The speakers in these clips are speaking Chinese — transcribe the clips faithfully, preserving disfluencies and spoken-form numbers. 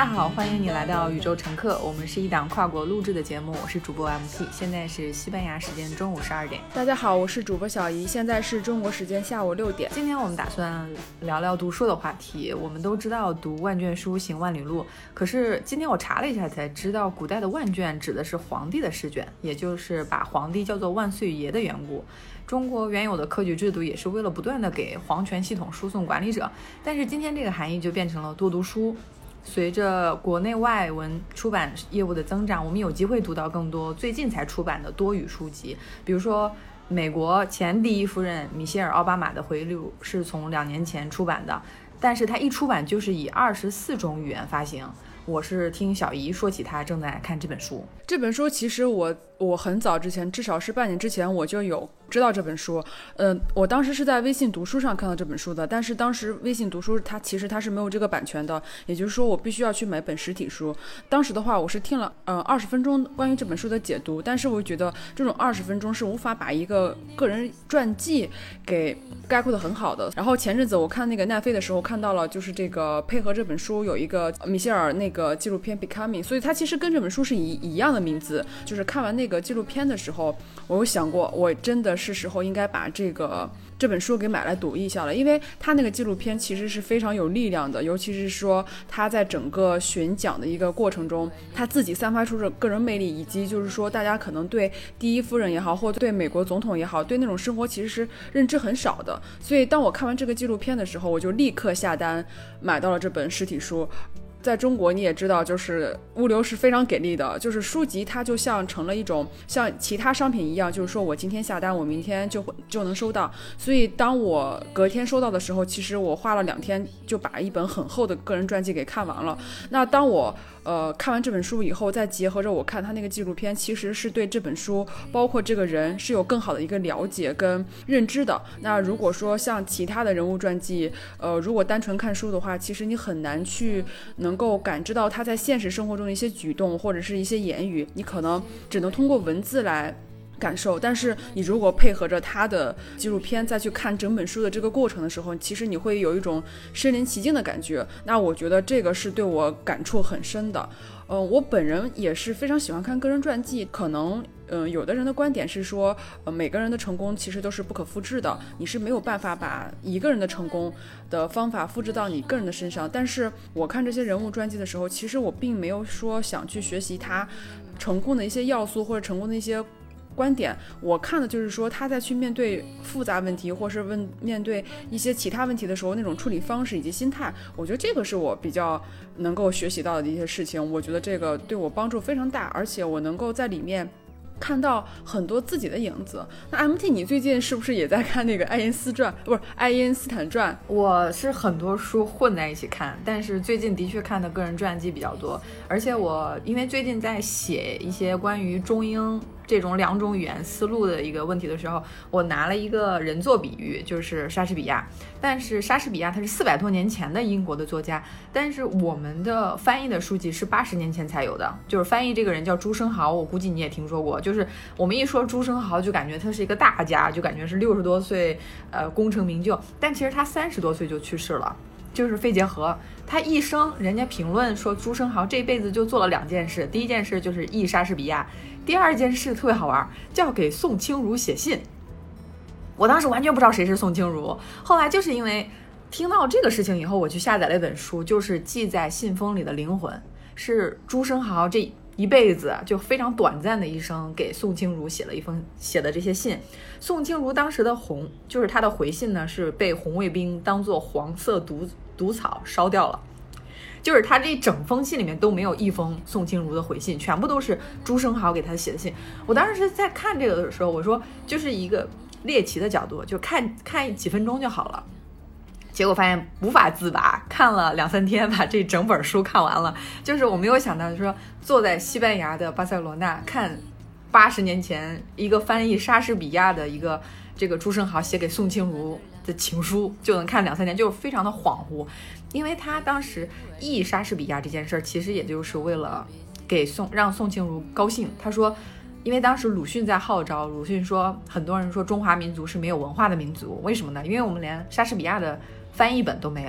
家好，欢迎你来到宇宙乘客，我们是一档跨国录制的节目，我是主播 M T， 现在是西班牙时间中午十二点。 大家好，我是主播小姨，现在是中国时间下午六点。 今天我们打算聊聊读书的话题。我们都知道读万卷书行万里路，可是今天我查了一下才知道，古代的万卷指的是皇帝的试卷，也就是把皇帝叫做万岁爷的缘故。中国原有的科举制度也是为了不断的给皇权系统输送管理者，但是今天这个含义就变成了多读书。随着国内外文出版业务的增长，我们有机会读到更多最近才出版的多语书籍，比如说美国前第一夫人米歇尔·奥巴马的回忆录是从两年前出版的，但是它一出版就是以二十四种语言发行。我是听小姨说起她正在看这本书。 这本书其实我我很早之前，至少是半年之前我就有知道这本书。呃，我当时是在微信读书上看到这本书的，但是当时微信读书它其实它是没有这个版权的，也就是说我必须要去买本实体书。当时的话我是听了呃二十分钟关于这本书的解读，但是我觉得这种二十分钟是无法把一个个人传记给概括的很好的。然后前阵子我看那个奈飞的时候看到了，就是这个配合这本书有一个米歇尔那个纪录片 Becoming， 所以它其实跟这本书是一一样的名字。就是看完那个纪录片的时候，我有想过我真的是时候应该把这个这本书给买来读一下了，因为他那个纪录片其实是非常有力量的，尤其是说他在整个选讲的一个过程中，他自己散发出着个人魅力，以及就是说大家可能对第一夫人也好，或对美国总统也好，对那种生活其实是认知很少的。所以当我看完这个纪录片的时候，我就立刻下单买到了这本实体书。在中国你也知道，就是物流是非常给力的，就是书籍它就像成了一种像其他商品一样，就是说我今天下单我明天就就能收到。所以当我隔天收到的时候，其实我花了两天就把一本很厚的个人传记给看完了。那当我呃看完这本书以后，再结合着我看他那个纪录片，其实是对这本书包括这个人是有更好的一个了解跟认知的。那如果说像其他的人物传记，呃如果单纯看书的话，其实你很难去能能够感知到他在现实生活中的一些举动或者是一些言语，你可能只能通过文字来感受。但是你如果配合着他的纪录片再去看整本书的这个过程的时候，其实你会有一种身临其境的感觉。那我觉得这个是对我感触很深的。呃，我本人也是非常喜欢看个人传记，可能嗯、呃，有的人的观点是说，呃，每个人的成功其实都是不可复制的，你是没有办法把一个人的成功的方法复制到你个人的身上。但是我看这些人物传记的时候，其实我并没有说想去学习他成功的一些要素或者成功的一些观点，我看的就是说他在去面对复杂问题或是问面对一些其他问题的时候那种处理方式以及心态，我觉得这个是我比较能够学习到的一些事情。我觉得这个对我帮助非常大，而且我能够在里面看到很多自己的影子。那 M T 你最近是不是也在看那个爱因斯传不是爱因斯坦传？ 我是很多书混在一起看，但是最近的确看的个人传记比较多，而且我因为最近在写一些关于中英这种两种语言思路的一个问题的时候，我拿了一个人做比喻，就是莎士比亚。但是莎士比亚他是四百多年前的英国的作家，但是我们的翻译的书籍是八十年前才有的，就是翻译这个人叫朱生豪，我估计你也听说过。就是我们一说朱生豪就感觉他是一个大家，就感觉是六十多岁呃功成名就，但其实他三十多岁就去世了，就是肺结核。他一生人家评论说朱生豪这辈子就做了两件事，第一件事就是译莎士比亚，第二件事特别好玩，叫给宋清如写信。我当时完全不知道谁是宋清如，后来就是因为听到这个事情以后，我去下载了一本书，就是《记在信封里的灵魂》，是朱生豪这一辈子就非常短暂的一生给宋清如写了一封写的这些信。宋清如当时的红就是他的回信呢，是被红卫兵当作黄色毒毒草烧掉了，就是他这整封信里面都没有一封宋清如的回信，全部都是朱生豪给他写的信。我当时在看这个的时候，我说就是一个猎奇的角度，就看看几分钟就好了。结果发现无法自拔，看了两三天把这整本书看完了。就是我没有想到说坐在西班牙的巴塞罗那看八十年前一个翻译莎士比亚的一个这个朱生豪写给宋清如的情书就能看两三年，就是非常的恍惚。因为他当时译莎士比亚这件事其实也就是为了给宋让宋清如高兴。他说因为当时鲁迅在号召，鲁迅说很多人说中华民族是没有文化的民族，为什么呢？因为我们连莎士比亚的翻译本都没有，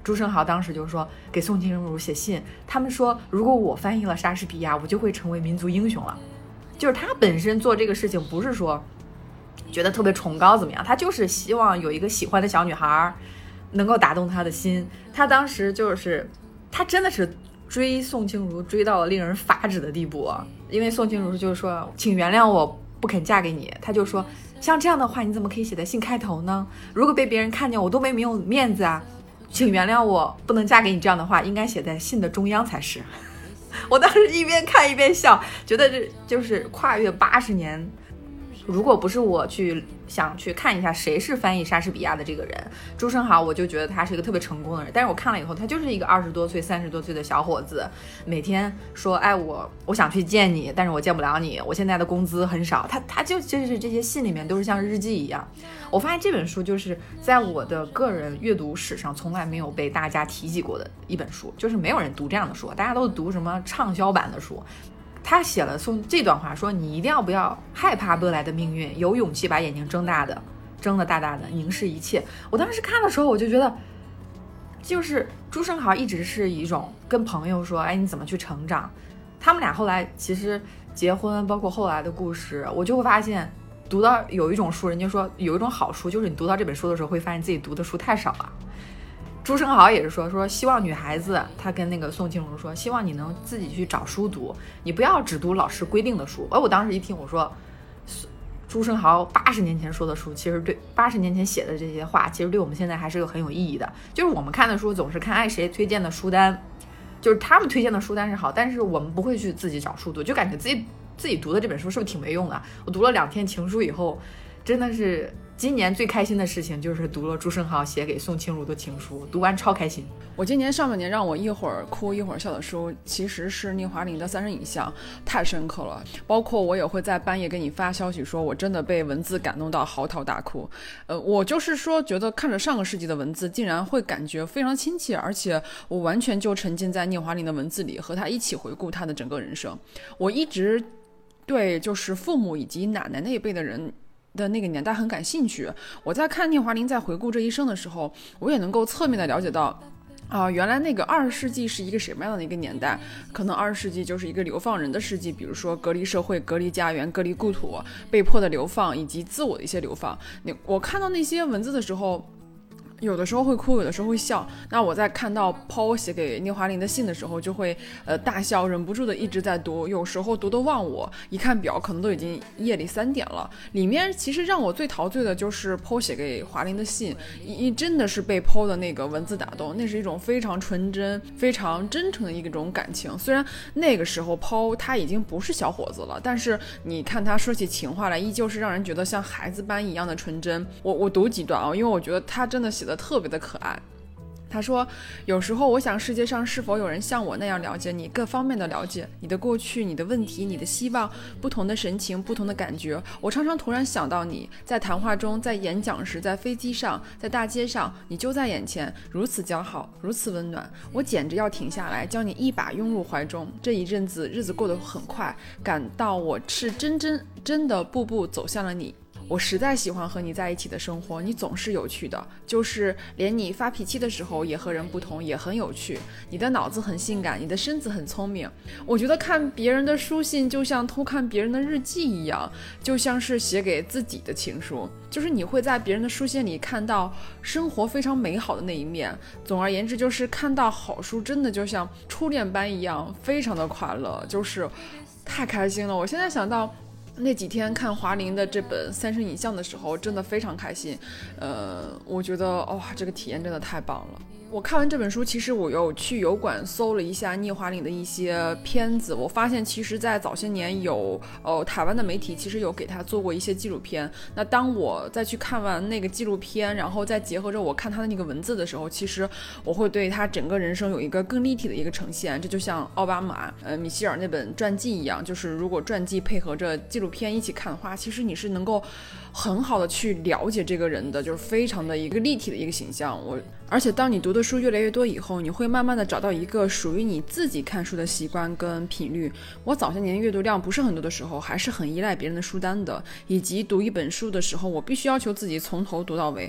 朱生豪当时就说给宋庆如写信，他们说如果我翻译了莎士比亚，我就会成为民族英雄了。就是他本身做这个事情不是说觉得特别崇高怎么样，他就是希望有一个喜欢的小女孩能够打动他的心。他当时就是他真的是追宋庆如追到了令人发指的地步，因为宋庆如就是说请原谅我不肯嫁给你，他就说像这样的话你怎么可以写在信开头呢？如果被别人看见我多没没有面子啊，请原谅我不能嫁给你，这样的话应该写在信的中央才是。我当时一边看一边笑，觉得这就是跨越八十年。如果不是我去想去看一下谁是翻译莎士比亚的这个人朱生豪，我就觉得他是一个特别成功的人。但是我看了以后，他就是一个二十多岁三十多岁的小伙子，每天说哎我我想去见你，但是我见不了你，我现在的工资很少。他他就就是这些信里面都是像日记一样。我发现这本书就是在我的个人阅读史上从来没有被大家提及过的一本书，就是没有人读这样的书，大家都读什么畅销版的书。他写了送这段话，说你一定要不要害怕未来的命运，有勇气把眼睛睁大的睁得大大的凝视一切。我当时看的时候我就觉得，就是朱生豪一直是一种跟朋友说哎你怎么去成长，他们俩后来其实结婚包括后来的故事，我就会发现读到有一种书，人家说有一种好书，就是你读到这本书的时候会发现自己读的书太少了。朱生豪也是说说希望女孩子，他跟那个宋庆如说希望你能自己去找书读，你不要只读老师规定的书。而我当时一听我说朱生豪八十年前说的书，其实对八十年前写的这些话其实对我们现在还是有很有意义的。就是我们看的书总是看爱谁推荐的书单，就是他们推荐的书单是好，但是我们不会去自己找书读，就感觉自己自己读的这本书是不是挺没用的。我读了两天情书以后，真的是今年最开心的事情就是读了朱生豪写给宋庆如的情书，读完超开心。 我今年上半年让我一会儿哭一会儿笑的书其实是聂华苓的《三生影像》，太深刻了。包括我也会在半夜给你发消息说我真的被文字感动到嚎啕大哭。呃，我就是说觉得看着上个世纪的文字竟然会感觉非常亲切，而且我完全就沉浸在聂华苓的文字里，和他一起回顾他的整个人生。我一直对就是父母以及奶奶那一辈的人的那个年代很感兴趣。我在看聂华苓在回顾这一生的时候，我也能够侧面的了解到啊、呃，原来那个二十世纪是一个什么样的一个年代。可能二十世纪就是一个流放人的世纪，比如说隔离社会、隔离家园、隔离故土、被迫的流放以及自我的一些流放。你我看到那些文字的时候，有的时候会哭，有的时候会笑。那我在看到 Paul 写给聂华苓的信的时候，就会呃大笑，忍不住的一直在读，有时候读得忘我，一看表可能都已经夜里三点了。里面其实让我最陶醉的就是 Paul 写给华苓的信，一真的是被 Paul 的那个文字打动，那是一种非常纯真、非常真诚的一种感情。虽然那个时候 Paul 他已经不是小伙子了，但是你看他说起情话来，依旧是让人觉得像孩子般一样的纯真。我我读几段啊，因为我觉得他真的写的特别的可爱。他说，有时候我想世界上是否有人像我那样了解你，各方面的了解，你的过去，你的问题，你的希望，不同的神情，不同的感觉。我常常突然想到你，在谈话中，在演讲时，在飞机上，在大街上，你就在眼前，如此姣好，如此温暖，我简直要停下来，将你一把拥入怀中。这一阵子日子过得很快，感到我是真真真的步步走向了你。我实在喜欢和你在一起的生活，你总是有趣的，就是连你发脾气的时候也和人不同，也很有趣。你的脑子很性感，你的身子很聪明。我觉得看别人的书信就像偷看别人的日记一样，就像是写给自己的情书，就是你会在别人的书信里看到生活非常美好的那一面。总而言之，就是看到好书真的就像初恋般一样，非常的快乐，就是太开心了。我现在想到那几天看华苓的这本《三生影像》的时候，真的非常开心。呃，我觉得哇、哦，这个体验真的太棒了。我看完这本书，其实我又去油管搜了一下聂华苓的一些片子，我发现其实在早些年有呃台湾的媒体其实有给他做过一些纪录片。那当我再去看完那个纪录片，然后再结合着我看他的那个文字的时候，其实我会对他整个人生有一个更立体的一个呈现。这就像奥巴马呃米歇尔那本传记一样，就是如果传记配合着纪录片一起看的话，其实你是能够很好的去了解这个人的，就是非常的一个立体的一个形象。我而且当你读的书越来越多以后，你会慢慢的找到一个属于你自己看书的习惯跟频率。我早些年阅读量不是很多的时候，还是很依赖别人的书单的，以及读一本书的时候，我必须要求自己从头读到尾。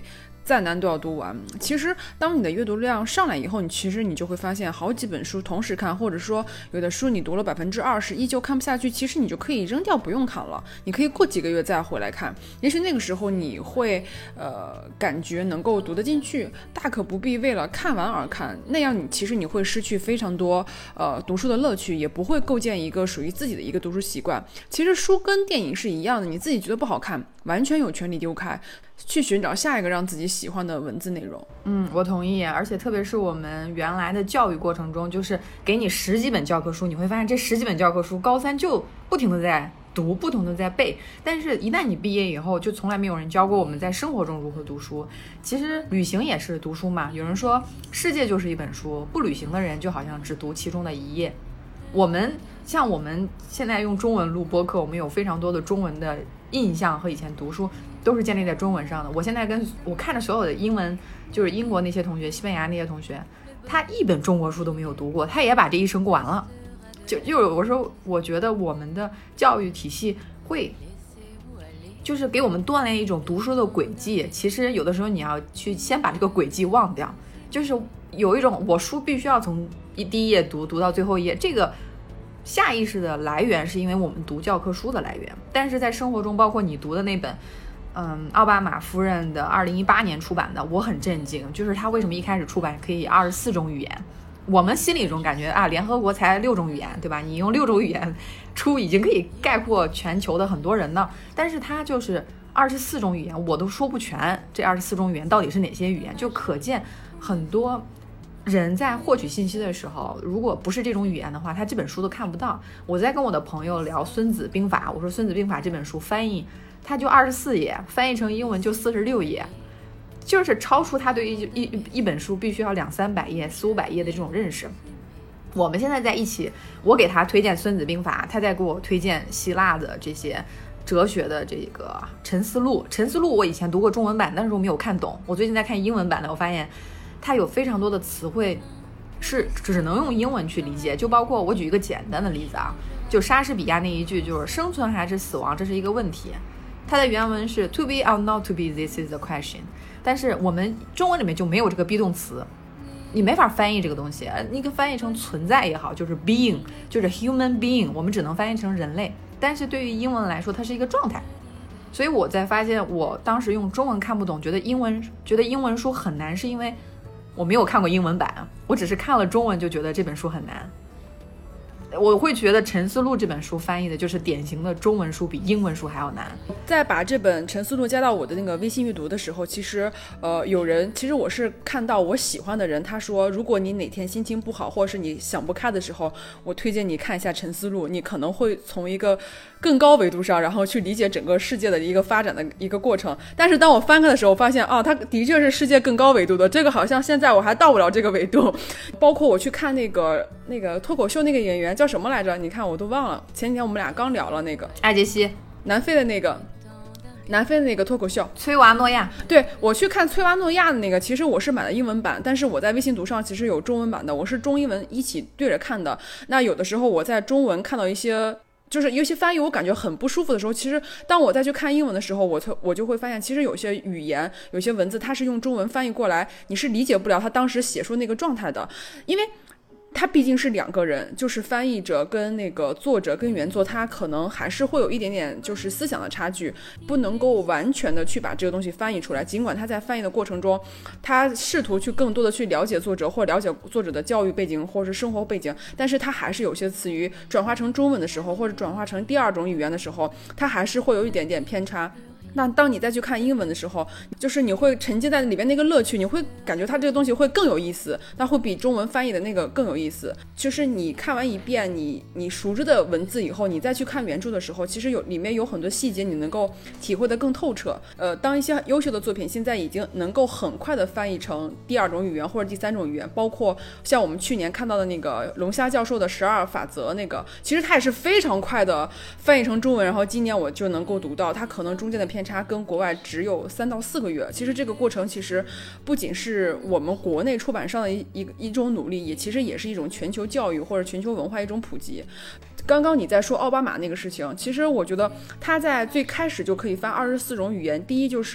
再难都要读完。其实当你的阅读量上来以后，你其实你就会发现好几本书同时看，或者说有的书你读了百分之二十依旧看不下去，其实你就可以扔掉不用看了，你可以过几个月再回来看，也许那个时候你会呃感觉能够读得进去，大可不必为了看完而看，那样你其实你会失去非常多呃读书的乐趣，也不会构建一个属于自己的一个读书习惯。其实书跟电影是一样的，你自己觉得不好看，完全有权利丢开，去寻找下一个让自己喜欢的文字内容。 嗯，我同意。而且特别是我们原来的教育过程中，就是给你十几本教科书，你会发现这十几本教科书高三就不停的在读，不同的在背，但是一旦你毕业以后，就从来没有人教过我们在生活中如何读书。其实旅行也是读书嘛，有人说世界就是一本书，不旅行的人就好像只读其中的一页。我们像我们现在用中文录播客，我们有非常多的中文的印象和以前读书都是建立在中文上的。我现在跟我看着所有的英文，就是英国那些同学，西班牙那些同学，他一本中国书都没有读过，他也把这一生过完了。就就有时候我觉得我们的教育体系会就是给我们锻炼一种读书的轨迹，其实有的时候你要去先把这个轨迹忘掉，就是有一种我书必须要从一第一页读读到最后一页，这个下意识的来源是因为我们读教科书的来源。但是在生活中，包括你读的那本嗯，奥巴马夫人的二零一八年出版的，我很震惊，就是他为什么一开始出版可以二十四种语言。我们心里中感觉啊，联合国才六种语言，对吧？你用六种语言出已经可以概括全球的很多人了，但是它就是二十四种语言，我都说不全。这二十四种语言到底是哪些语言？就可见很多人在获取信息的时候，如果不是这种语言的话，他这本书都看不到。我在跟我的朋友聊《孙子兵法》，我说《孙子兵法》这本书翻译，它就二十四页，翻译成英文就四十六页。就是超出他对一一一本书必须要两三百页、四五百页的这种认识。我们现在在一起，我给他推荐《孙子兵法》，他在给我推荐希腊的这些哲学的这个《沉思录》。《沉思录》我以前读过中文版，但是我没有看懂。我最近在看英文版的，我发现它有非常多的词汇是只能用英文去理解。就包括我举一个简单的例子啊，就莎士比亚那一句就是生存还是死亡，这是一个问题。它的原文是 to be or not to be, this is the question。但是我们中文里面就没有这个 be 动词，你没法翻译这个东西，你可以翻译成存在也好，就是 being， 就是 human being， 我们只能翻译成人类。但是对于英文来说，它是一个状态。所以我在发现，我当时用中文看不懂，觉得英文觉得英文书很难，是因为我没有看过英文版，我只是看了中文就觉得这本书很难。我会觉得《沉思录》这本书翻译的就是典型的中文书，比英文书还要难。 在把这本《沉思录》加到我的那个微信阅读的时候，其实呃，有人其实我是看到我喜欢的人，他说如果你哪天心情不好，或者是你想不开的时候，我推荐你看一下《沉思录》，你可能会从一个更高维度上，然后去理解整个世界的一个发展的一个过程。但是当我翻开的时候，我发现啊，它的确是世界更高维度的，这个好像现在我还到不了这个维度。包括我去看那个那个脱口秀那个演员叫什么来着？你看我都忘了。前几天我们俩刚聊了那个艾杰西， 南非的那个。南非的那个脱口秀， 崔娃诺亚。 对，我去看崔娃诺亚的那个，其实我是买的英文版，但是我在微信读上其实有中文版的，我是中英文一起对着看的。那有的时候我在中文看到一些就是有些翻译我感觉很不舒服的时候，其实当我再去看英文的时候，我我就会发现其实有些语言有些文字它是用中文翻译过来，你是理解不了他当时写出那个状态的，因为他毕竟是两个人，就是翻译者跟那个作者跟原作，他可能还是会有一点点就是思想的差距，不能够完全的去把这个东西翻译出来。尽管他在翻译的过程中，他试图去更多的去了解作者或了解作者的教育背景或者是生活背景，但是他还是有些词语转化成中文的时候，或者转化成第二种语言的时候，他还是会有一点点偏差。那当你再去看英文的时候，就是你会沉浸在里面那个乐趣，你会感觉它这个东西会更有意思，那会比中文翻译的那个更有意思。就是你看完一遍你你熟知的文字以后，你再去看原著的时候，其实有里面有很多细节你能够体会得更透彻。呃，当一些优秀的作品现在已经能够很快的翻译成第二种语言或者第三种语言，包括像我们去年看到的那个龙虾教授的十二法则，那个其实它也是非常快的翻译成中文，然后今年我就能够读到，它可能中间的偏差跟国外只有三到四个月。其实这个过程其实不仅是我们国内出版商的一一一种努力，也其实也是一种全球教育或者全球文化一种普及。刚刚你在说奥巴马那个事情，其实我觉得他在最开始就可以翻二十四种语言。第一就是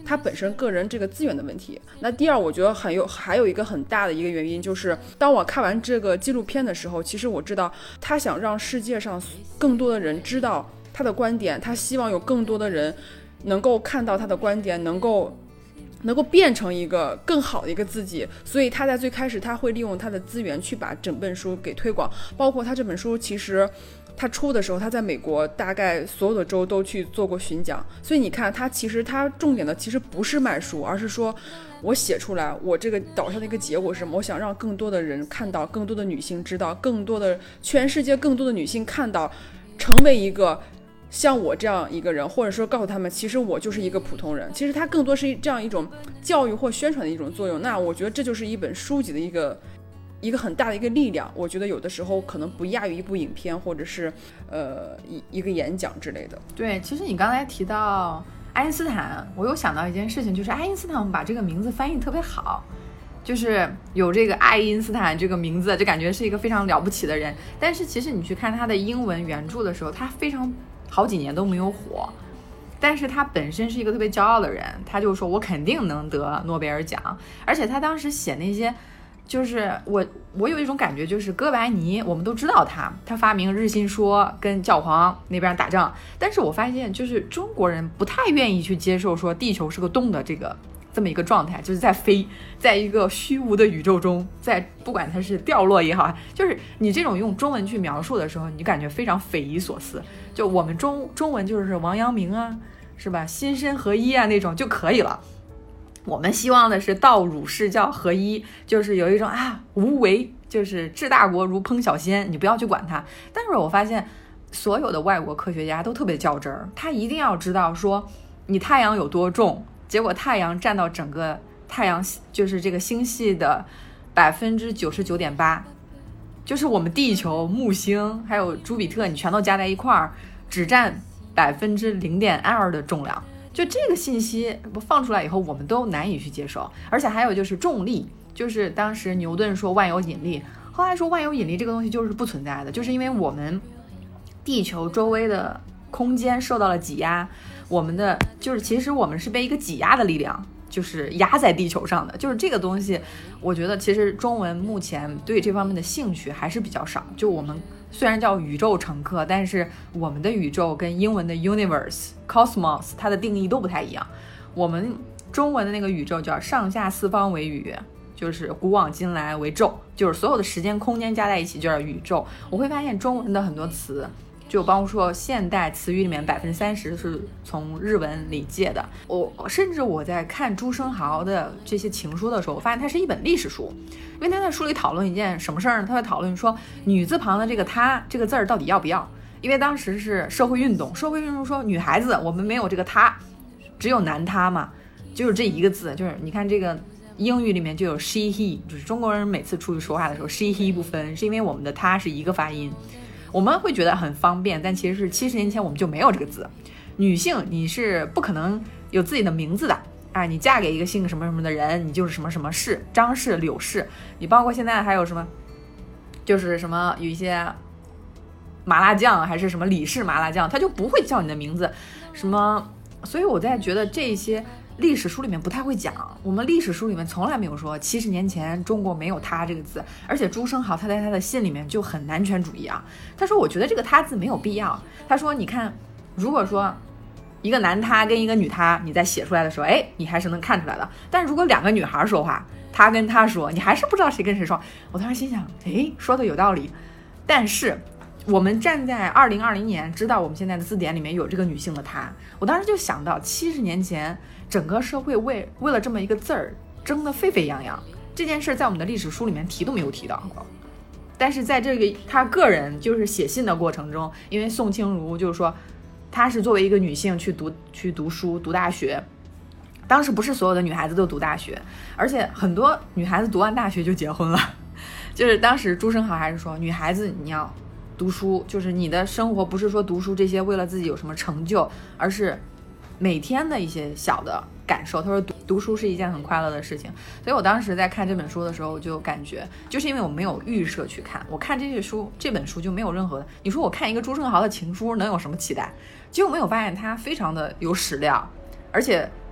他本身个人这个资源的问题。那第二，我觉得很有还有一个很大的一个原因，就是当我看完这个纪录片的时候，其实我知道他想让世界上更多的人知道他的观点，他希望有更多的人能够看到他的观点，能够能够变成一个更好的一个自己。所以他在最开始他会利用他的资源去把整本书给推广，包括他这本书其实他出的时候，他在美国大概所有的州都去做过巡讲。所以你看他其实他重点的其实不是卖书，而是说我写出来我这个导向的一个结果是什么，我想让更多的人看到，更多的女性知道，更多的全世界更多的女性看到，成为一个像我这样一个人，或者说告诉他们其实我就是一个普通人。其实它更多是这样一种教育或宣传的一种作用。那我觉得这就是一本书籍的一个一个很大的一个力量。我觉得有的时候可能不亚于一部影片，或者是呃一一个演讲之类的。 对，其实你刚才提到爱因斯坦，我有想到一件事情，就是爱因斯坦把这个名字翻译特别好，就是有这个爱因斯坦这个名字，就感觉是一个非常了不起的人。但是其实你去看他的英文原著的时候，他非常好几年都没有火，但是他本身是一个特别骄傲的人，他就说我肯定能得诺贝尔奖。而且他当时写那些，就是我我有一种感觉，就是哥白尼我们都知道他他发明日心说跟教皇那边打仗，但是我发现就是中国人不太愿意去接受说地球是个洞的这个这么一个状态，就是在飞，在一个虚无的宇宙中，在不管它是掉落也好，就是你这种用中文去描述的时候，你感觉非常匪夷所思。就我们中中文就是王阳明啊，是吧？心身合一啊那种就可以了。我们希望的是道儒释教合一，就是有一种啊无为，就是治大国如烹小鲜，你不要去管它。但是我发现所有的外国科学家都特别较真儿，他一定要知道说你太阳有多重。结果太阳占到整个太阳就是这个星系的百分之九十九点八，就是我们地球、木星还有朱比特，你全都加在一块儿，只占百分之零点二的重量。就这个信息放出来以后，我们都难以去接受。而且还有就是重力，就是当时牛顿说万有引力，后来说万有引力这个东西就是不存在的，就是因为我们地球周围的空间受到了挤压。我们的就是其实我们是被一个挤压的力量就是压在地球上的，就是这个东西我觉得其实中文目前对这方面的兴趣还是比较少。就我们虽然叫宇宙乘客，但是我们的宇宙跟英文的 universe cosmos 它的定义都不太一样。我们中文的那个宇宙叫上下四方为宇，就是古往今来为宙，就是所有的时间空间加在一起就叫宇宙。我会发现中文的很多词，就包括说现代词语里面百分之三十是从日文里借的。我甚至我在看朱生豪的这些情书的时候，我发现它是一本历史书，因为他在书里讨论一件什么事儿呢？他会讨论说女字旁的这个她这个字儿到底要不要？因为当时是社会运动，社会运动说女孩子我们没有这个她，只有男她嘛，就是这一个字，就是你看这个英语里面就有 she he， 就是中国人每次出去说话的时候 she he 不分，是因为我们的她是一个发音。我们会觉得很方便，但其实是七十年前我们就没有这个字。女性你是不可能有自己的名字的啊，你嫁给一个姓什么什么的人，你就是什么什么氏，张氏、柳氏。你包括现在还有什么，就是什么有一些麻辣酱还是什么李氏麻辣酱，他就不会叫你的名字什么。所以我在觉得这些历史书里面不太会讲，我们历史书里面从来没有说七十年前中国没有他这个字。而且朱生豪他在他的信里面就很男权主义啊，他说我觉得这个他字没有必要。他说你看，如果说一个男他跟一个女他你在写出来的时候，哎，你还是能看出来的。但如果两个女孩说话，他跟他说，你还是不知道谁跟谁说。我当时心想，哎，说的有道理。但是我们站在二零二零年，知道我们现在的字典里面有这个女性的她，我当时就想到七十年前整个社会为为了这么一个字儿争得沸沸扬扬，这件事在我们的历史书里面提都没有提到过。但是在这个他个人就是写信的过程中，因为宋清如就是说她是作为一个女性去读去读书读大学，当时不是所有的女孩子都读大学，而且很多女孩子读完大学就结婚了。就是当时朱生豪还是说，女孩子你要读书，就是你的生活不是说读书这些为了自己有什么成就，而是每天的一些小的感受。他说读读书是一件很快乐的事情。所以我当时在看这本书的时候，我就感觉就是因为我没有预设去看，我看这些书这本书就没有任何的，你说我看一个朱生豪的情书能有什么期待？结果没有发现他非常的有史料，而且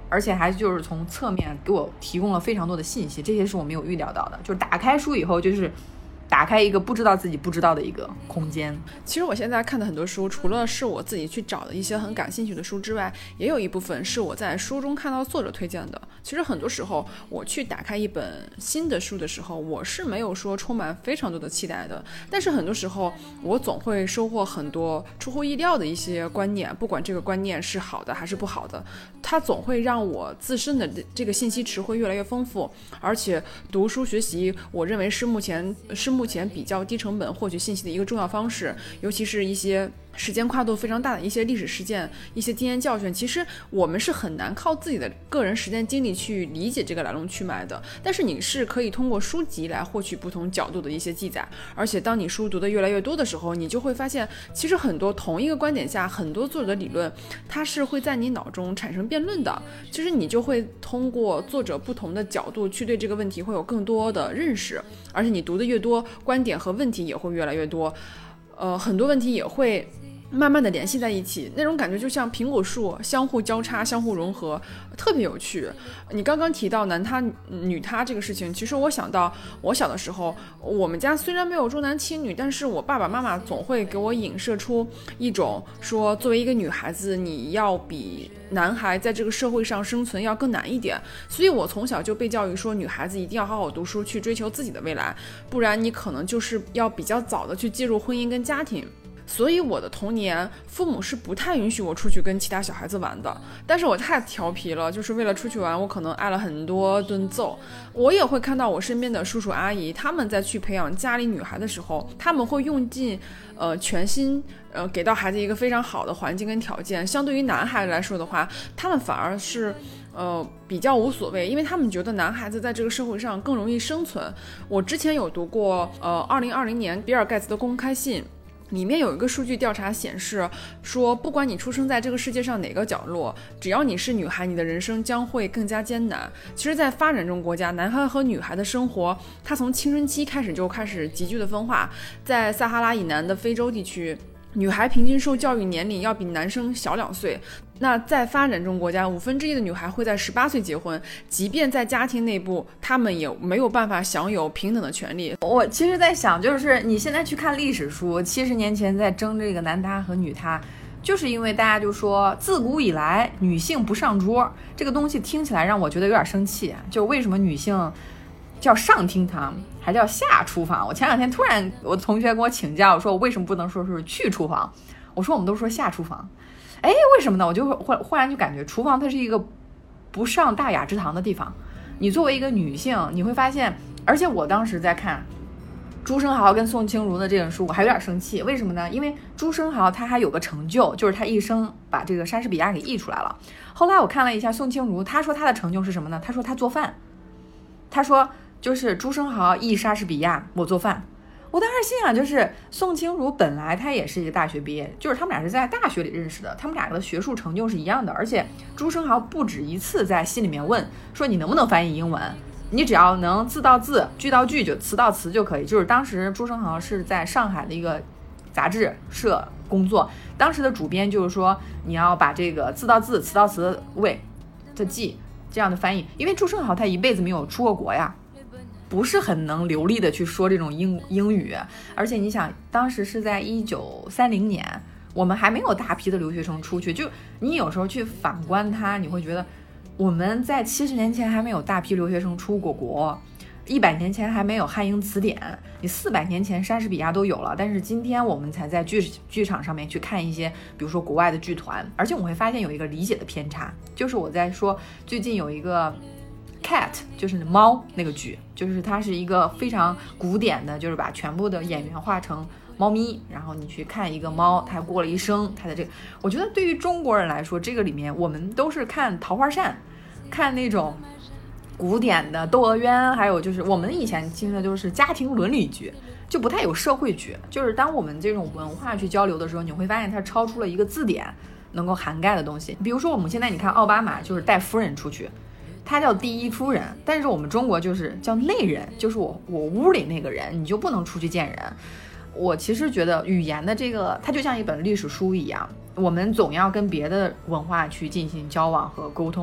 而且还就是从侧面给我提供了非常多的信息，这些是我没有预料到的。就是打开书以后，就是打开一个不知道自己不知道的一个空间。 其实我现在看的很多书，除了是我自己去找的一些很感兴趣的书之外，也有一部分是我在书中看到作者推荐的。其实很多时候我去打开一本新的书的时候，我是没有说充满非常多的期待的，但是很多时候我总会收获很多出乎意料的一些观念，不管这个观念是好的还是不好的，它总会让我自身的这个信息池会越来越丰富。而且读书学习，我认为是目前是目前比较低成本获取信息的一个重要方式，尤其是一些时间跨度非常大的一些历史事件，一些经验教训，其实我们是很难靠自己的个人时间精力去理解这个来龙去脉的，但是你是可以通过书籍来获取不同角度的一些记载。而且当你书读得越来越多的时候，你就会发现其实很多同一个观点下，很多作者的理论它是会在你脑中产生辩论的，其实你就会通过作者不同的角度去对这个问题会有更多的认识，而且你读得越多，观点和问题也会越来越多，呃，很多问题也会慢慢的联系在一起，那种感觉就像苹果树相互交叉相互融合，特别有趣。你刚刚提到男他女他这个事情，其实我想到我小的时候，我们家虽然没有重男轻女，但是我爸爸妈妈总会给我影射出一种说作为一个女孩子你要比男孩在这个社会上生存要更难一点，所以我从小就被教育说女孩子一定要好好读书，去追求自己的未来，不然你可能就是要比较早的去介入婚姻跟家庭。所以我的童年父母是不太允许我出去跟其他小孩子玩的，但是我太调皮了，就是为了出去玩我可能挨了很多顿揍。我也会看到我身边的叔叔阿姨，他们在去培养家里女孩的时候，他们会用尽呃全心呃给到孩子一个非常好的环境跟条件，相对于男孩来说的话，他们反而是呃，比较无所谓，因为他们觉得男孩子在这个社会上更容易生存。我之前有读过呃二零二零年比尔盖茨的公开信，里面有一个数据调查显示说，不管你出生在这个世界上哪个角落，只要你是女孩，你的人生将会更加艰难。其实在发展中国家，男孩和女孩的生活它从青春期开始就开始急剧的分化。在撒哈拉以南的非洲地区，女孩平均受教育年龄要比男生小两岁。那在发展中国家，五分之一的女孩会在十八岁结婚，即便在家庭内部，她们也没有办法享有平等的权利。 我其实在想，就是你现在去看历史书，七十年前在争这个男他和女他，就是因为大家就说自古以来女性不上桌，这个东西听起来让我觉得有点生气，就为什么女性叫上厅堂还叫下厨房？我前两天突然我同学跟我请教，我说我为什么不能说是去厨房？我说我们都说下厨房。哎，为什么呢？我就忽忽然就感觉厨房它是一个不上大雅之堂的地方。你作为一个女性，你会发现，而且我当时在看朱生豪跟宋清如的这本书，我还有点生气。为什么呢？因为朱生豪他还有个成就，就是他一生把这个莎士比亚给译出来了。后来我看了一下宋清如，他说他的成就是什么呢？他说他做饭。他说就是朱生豪译莎士比亚，我做饭。我当时心想，就是宋清如本来她也是一个大学毕业，就是他们俩是在大学里认识的，他们俩的学术成就是一样的。而且朱生豪不止一次在信里面问说，你能不能翻译英文？你只要能字到字句到句就词到词就可以。就是当时朱生豪是在上海的一个杂志社工作，当时的主编就是说你要把这个字到字词到词为的记这样的翻译，因为朱生豪他一辈子没有出过国呀，不是很能流利的去说这种英英语。而且你想当时是在一九三零年，我们还没有大批的留学生出去，就你有时候去反观他，你会觉得我们在七十年前还没有大批留学生出过国，一百年前还没有汉英词典，你四百年前莎士比亚都有了，但是今天我们才在剧剧场上面去看一些比如说国外的剧团。而且我会发现有一个理解的偏差，就是我在说最近有一个Cat 就是猫那个剧，就是它是一个非常古典的，就是把全部的演员画成猫咪，然后你去看一个猫它过了一生，它的这个我觉得对于中国人来说，这个里面我们都是看桃花扇，看那种古典的窦娥冤，还有就是我们以前听的就是家庭伦理剧，就不太有社会剧。就是当我们这种文化去交流的时候，你会发现它超出了一个字典能够涵盖的东西。比如说我们现在你看奥巴马就是带夫人出去，他叫第一夫人，但是我们中国就是叫内人，就是我我屋里那个人，你就不能出去见人。我其实觉得语言的这个它就像一本历史书一样，我们总要跟别的文化去进行交往和沟通。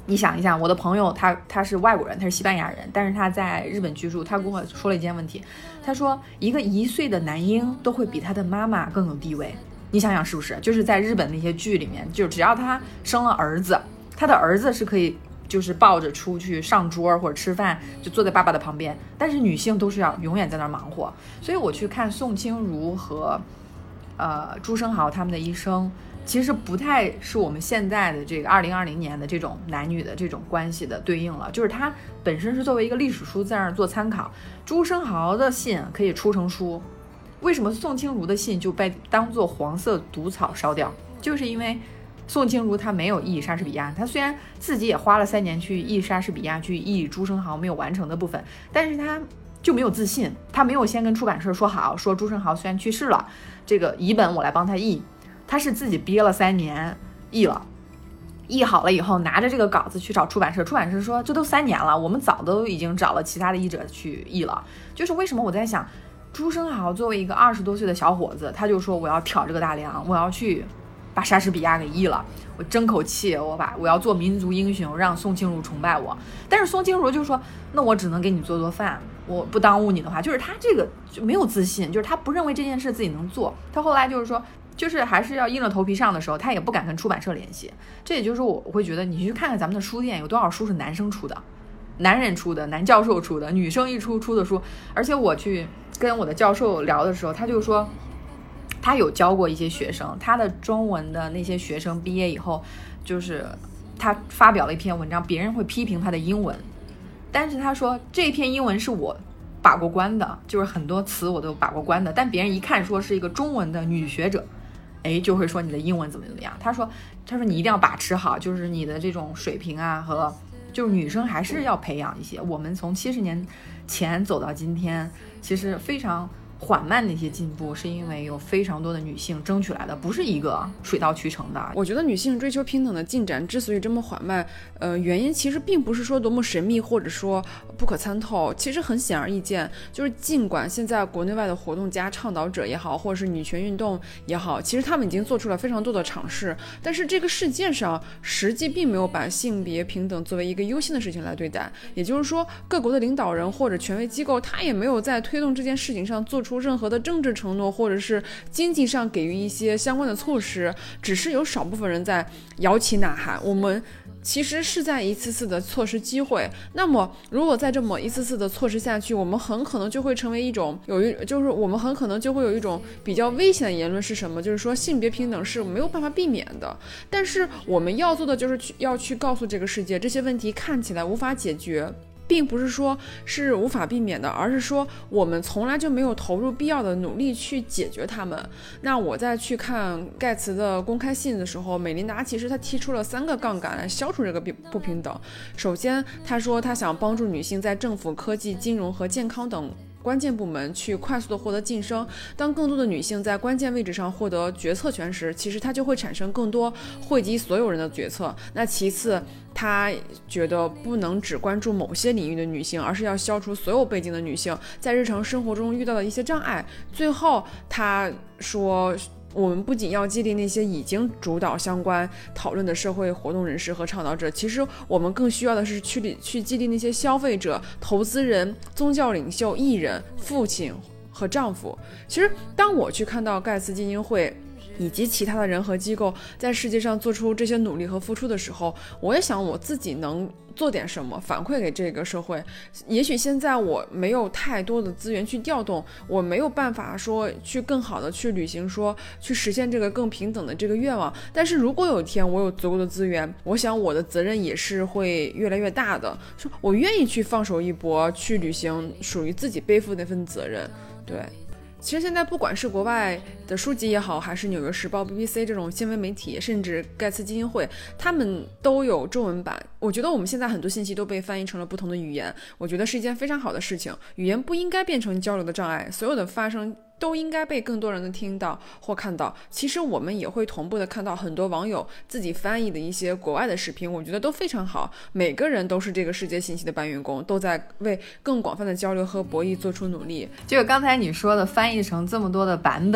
你想一想，我的朋友他他是外国人，他是西班牙人，但是他在日本居住，他跟我说了一件问题，他说一个一岁的男婴都会比他的妈妈更有地位。你想想是不是？就是在日本那些剧里面，就只要他生了儿子，他的儿子是可以就是抱着出去上桌或者吃饭，就坐在爸爸的旁边，但是女性都是要永远在那儿忙活。所以我去看宋清如和呃朱生豪他们的一生，其实不太是我们现在的这个二零二零年的这种男女的这种关系的对应了，就是它本身是作为一个历史书在那儿做参考。朱生豪的信可以出成书，为什么宋清如的信就被当作黄色毒草烧掉？就是因为宋清如她没有译莎士比亚，她虽然自己也花了三年去译莎士比亚，去译朱生豪没有完成的部分，但是她就没有自信，她没有先跟出版社说好，说朱生豪虽然去世了，这个译本我来帮他译。他是自己憋了三年译了，译好了以后拿着这个稿子去找出版社，出版社说这都三年了，我们早都已经找了其他的译者去译了。就是为什么我在想，朱生豪作为一个二十多岁的小伙子，他就说我要挑这个大梁，我要去把莎士比亚给译了，我争口气，我把我要做民族英雄，让宋清如崇拜我。但是宋清如就说那我只能给你做做饭，我不耽误你的话，就是他这个就没有自信，就是他不认为这件事自己能做。他后来就是说就是还是要硬着头皮上的时候，他也不敢跟出版社联系。这也就是我我会觉得，你去看看咱们的书店，有多少书是男生出的，男人出的，男教授出的，女生一出出的书。而且我去跟我的教授聊的时候，他就说他有教过一些学生，他的中文的那些学生毕业以后，就是他发表了一篇文章，别人会批评他的英文，但是他说这篇英文是我把过关的，就是很多词我都把过关的，但别人一看说是一个中文的女学者，哎，就会说你的英文怎么怎么样。他说他说你一定要把持好，就是你的这种水平啊，和就是女生还是要培养一些。我们从七十年前走到今天，其实非常缓慢的一些进步，是因为有非常多的女性争取来的，不是一个水到渠成的。 我觉得女性追求平等的进展之所以这么缓慢，呃，原因其实并不是说多么神秘或者说不可参透，其实很显而易见，就是尽管现在国内外的活动家倡导者也好，或者是女权运动也好，其实他们已经做出了非常多的尝试，但是这个世界上实际并没有把性别平等作为一个优先的事情来对待，也就是说各国的领导人或者权威机构他也没有在推动这件事情上做出任何的政治承诺，或者是经济上给予一些相关的措施，只是有少部分人在摇旗呐喊，我们其实是在一次次的错失机会。那么如果再这么一次次的错失下去，我们很可能就会成为一种有一就是我们很可能就会有一种比较危险的言论，是什么？就是说性别平等是没有办法避免的，但是我们要做的就是去要去告诉这个世界，这些问题看起来无法解决，并不是说是无法避免的，而是说我们从来就没有投入必要的努力去解决它们。那我在去看盖茨的公开信的时候，美琳达其实她提出了三个杠杆来消除这个不平等。首先她说她想帮助女性在政府、科技、金融和健康等关键部门去快速的获得晋升，当更多的女性在关键位置上获得决策权时，其实它就会产生更多惠及所有人的决策。那其次他觉得不能只关注某些领域的女性，而是要消除所有背景的女性在日常生活中遇到的一些障碍。最后他说我们不仅要激励那些已经主导相关讨论的社会活动人士和倡导者，其实我们更需要的是去去激励那些消费者、投资人、宗教领袖、艺人、父亲和丈夫。其实当我去看到盖茨基金会以及其他的人和机构在世界上做出这些努力和付出的时候，我也想我自己能做点什么反馈给这个社会。也许现在我没有太多的资源去调动，我没有办法说去更好的去履行，说去实现这个更平等的这个愿望，但是如果有一天我有足够的资源，我想我的责任也是会越来越大的，说我愿意去放手一搏，去履行属于自己背负那份责任。对，其实现在不管是国外的书籍也好，还是纽约时报 B B C 这种新闻媒体，甚至盖茨基金会，他们都有中文版。我觉得我们现在很多信息都被翻译成了不同的语言，我觉得是一件非常好的事情。语言不应该变成交流的障碍，所有的发生都应该被更多人的听到或看到。其实我们也会同步的看到很多网友自己翻译的一些国外的视频，我觉得都非常好。每个人都是这个世界信息的搬运工，都在为更广泛的交流和博弈做出努力。 这个刚才你说的翻译成这么多的版本，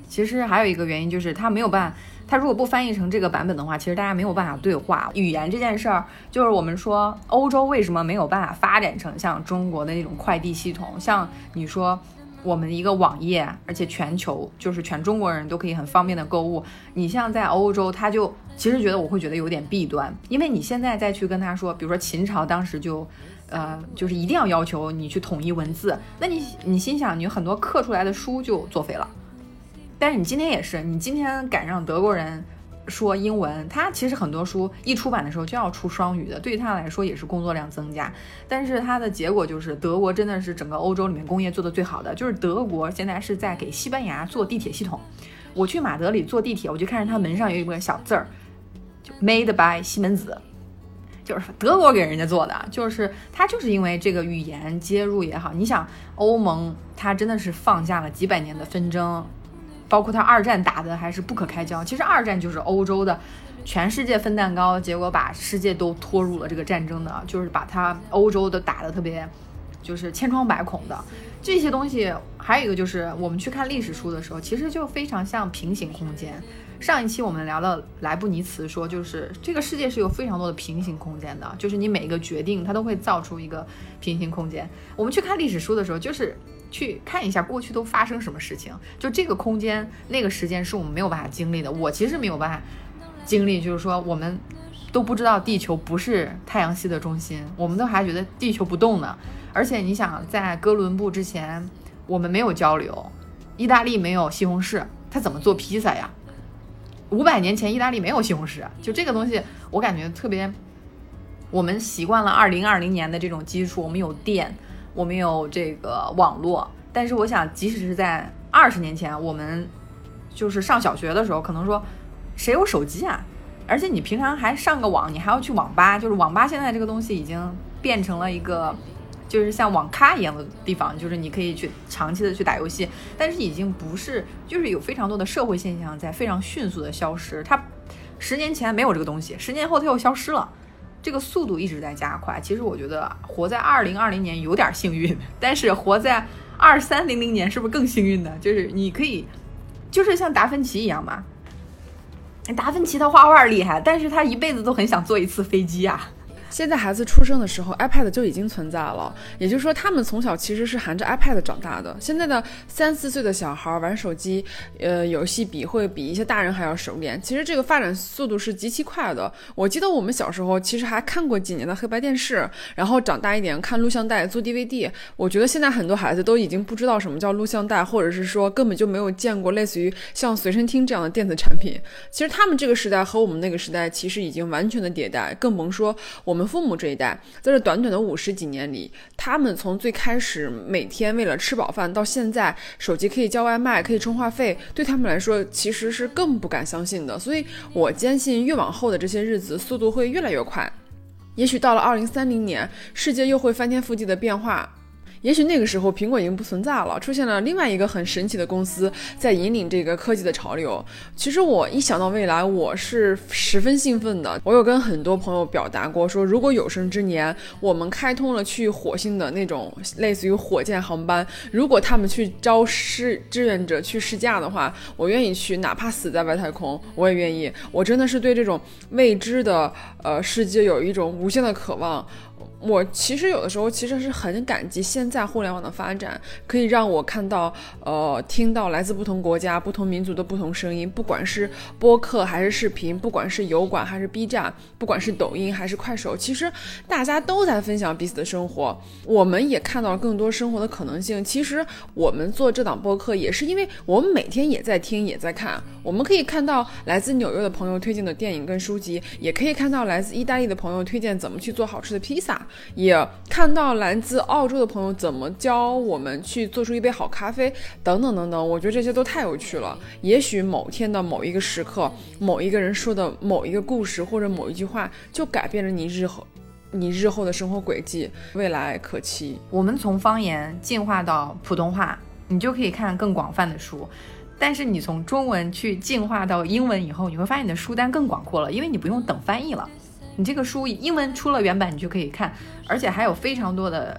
其实还有一个原因就是它没有办法，它如果不翻译成这个版本的话，其实大家没有办法对话。语言这件事儿，就是我们说欧洲为什么没有办法发展成像中国的那种快递系统，像你说我们一个网页，而且全球就是全中国人都可以很方便的购物。你像在欧洲，他就其实觉得我会觉得有点弊端，因为你现在再去跟他说，比如说秦朝当时就呃，就是一定要要求你去统一文字，那你你心想，你很多刻出来的书就作废了。但是你今天也是，你今天赶上德国人说英文，他其实很多书一出版的时候就要出双语的，对于他来说也是工作量增加。但是他的结果就是德国真的是整个欧洲里面工业做的最好的，就是德国现在是在给西班牙做地铁系统。我去马德里坐地铁，我就看着他门上有一个小字儿，就 Made by 西门子，就是德国给人家做的，就是他就是因为这个语言接入也好，你想欧盟它真的是放下了几百年的纷争，包括他二战打的还是不可开交。其实二战就是欧洲的全世界分蛋糕，结果把世界都拖入了这个战争的，就是把他欧洲的打得特别就是千疮百孔的这些东西。还有一个就是我们去看历史书的时候，其实就非常像平行空间。上一期我们聊到莱布尼茨说，就是这个世界是有非常多的平行空间的，就是你每一个决定它都会造出一个平行空间。我们去看历史书的时候，就是去看一下过去都发生什么事情，就这个空间那个时间是我们没有办法经历的。我其实没有办法经历，就是说我们都不知道地球不是太阳系的中心，我们都还觉得地球不动呢。而且你想，在哥伦布之前我们没有交流，意大利没有西红柿，他怎么做披萨呀？五百年前意大利没有西红柿，就这个东西我感觉特别，我们习惯了二零二零年的这种基础，我们有电，我们有这个网络，但是我想即使是在二十年前，我们就是上小学的时候，可能说谁有手机啊？而且你平常还上个网，你还要去网吧，就是网吧现在这个东西已经变成了一个就是像网咖一样的地方，就是你可以去长期的去打游戏，但是已经不是，就是有非常多的社会现象在非常迅速的消失。它十年前没有这个东西，十年后它又消失了，这个速度一直在加快。其实我觉得活在二零二零年有点幸运，但是活在二三零零年是不是更幸运呢？就是你可以，就是像达芬奇一样嘛。达芬奇他画画厉害，但是他一辈子都很想坐一次飞机啊。 现在孩子出生的时候 iPad 就已经存在了，也就是说他们从小其实是含着 iPad 长大的。现在的三四岁的小孩玩手机呃，游戏比会比一些大人还要熟练，其实这个发展速度是极其快的。我记得我们小时候其实还看过几年的黑白电视，然后长大一点看录像带做 D V D。 我觉得现在很多孩子都已经不知道什么叫录像带，或者是说根本就没有见过类似于像随身听这样的电子产品。其实他们这个时代和我们那个时代其实已经完全的迭代，更甭说我们父母这一代，在这短短的五十几年里，他们从最开始每天为了吃饱饭，到现在手机可以叫外卖，可以充话费，对他们来说其实是更不敢相信的。所以我坚信越往后的这些日子速度会越来越快，也许到了二零三零年，世界又会翻天覆地的变化。也许那个时候苹果已经不存在了，出现了另外一个很神奇的公司在引领这个科技的潮流。其实我一想到未来，我是十分兴奋的。我有跟很多朋友表达过说，如果有生之年我们开通了去火星的那种类似于火箭航班，如果他们去招试志愿者去试驾的话，我愿意去，哪怕死在外太空我也愿意。我真的是对这种未知的呃世界有一种无限的渴望。我其实有的时候其实是很感激现在互联网的发展，可以让我看到呃，听到来自不同国家不同民族的不同声音，不管是播客还是视频，不管是油管还是 B 站，不管是抖音还是快手，其实大家都在分享彼此的生活，我们也看到了更多生活的可能性。其实我们做这档播客也是因为我们每天也在听也在看，我们可以看到来自纽约的朋友推荐的电影跟书籍，也可以看到来自意大利的朋友推荐怎么去做好吃的披萨，也看到来自澳洲的朋友怎么教我们去做出一杯好咖啡，等等等等。我觉得这些都太有趣了。也许某天的某一个时刻，某一个人说的某一个故事或者某一句话，就改变了你日后你日后的生活轨迹，未来可期。 我们从方言进化到普通话，你就可以看更广泛的书，但是你从中文去进化到英文以后，你会发现你的书单更广阔了，因为你不用等翻译了，你这个书英文出了原版你就可以看，而且还有非常多的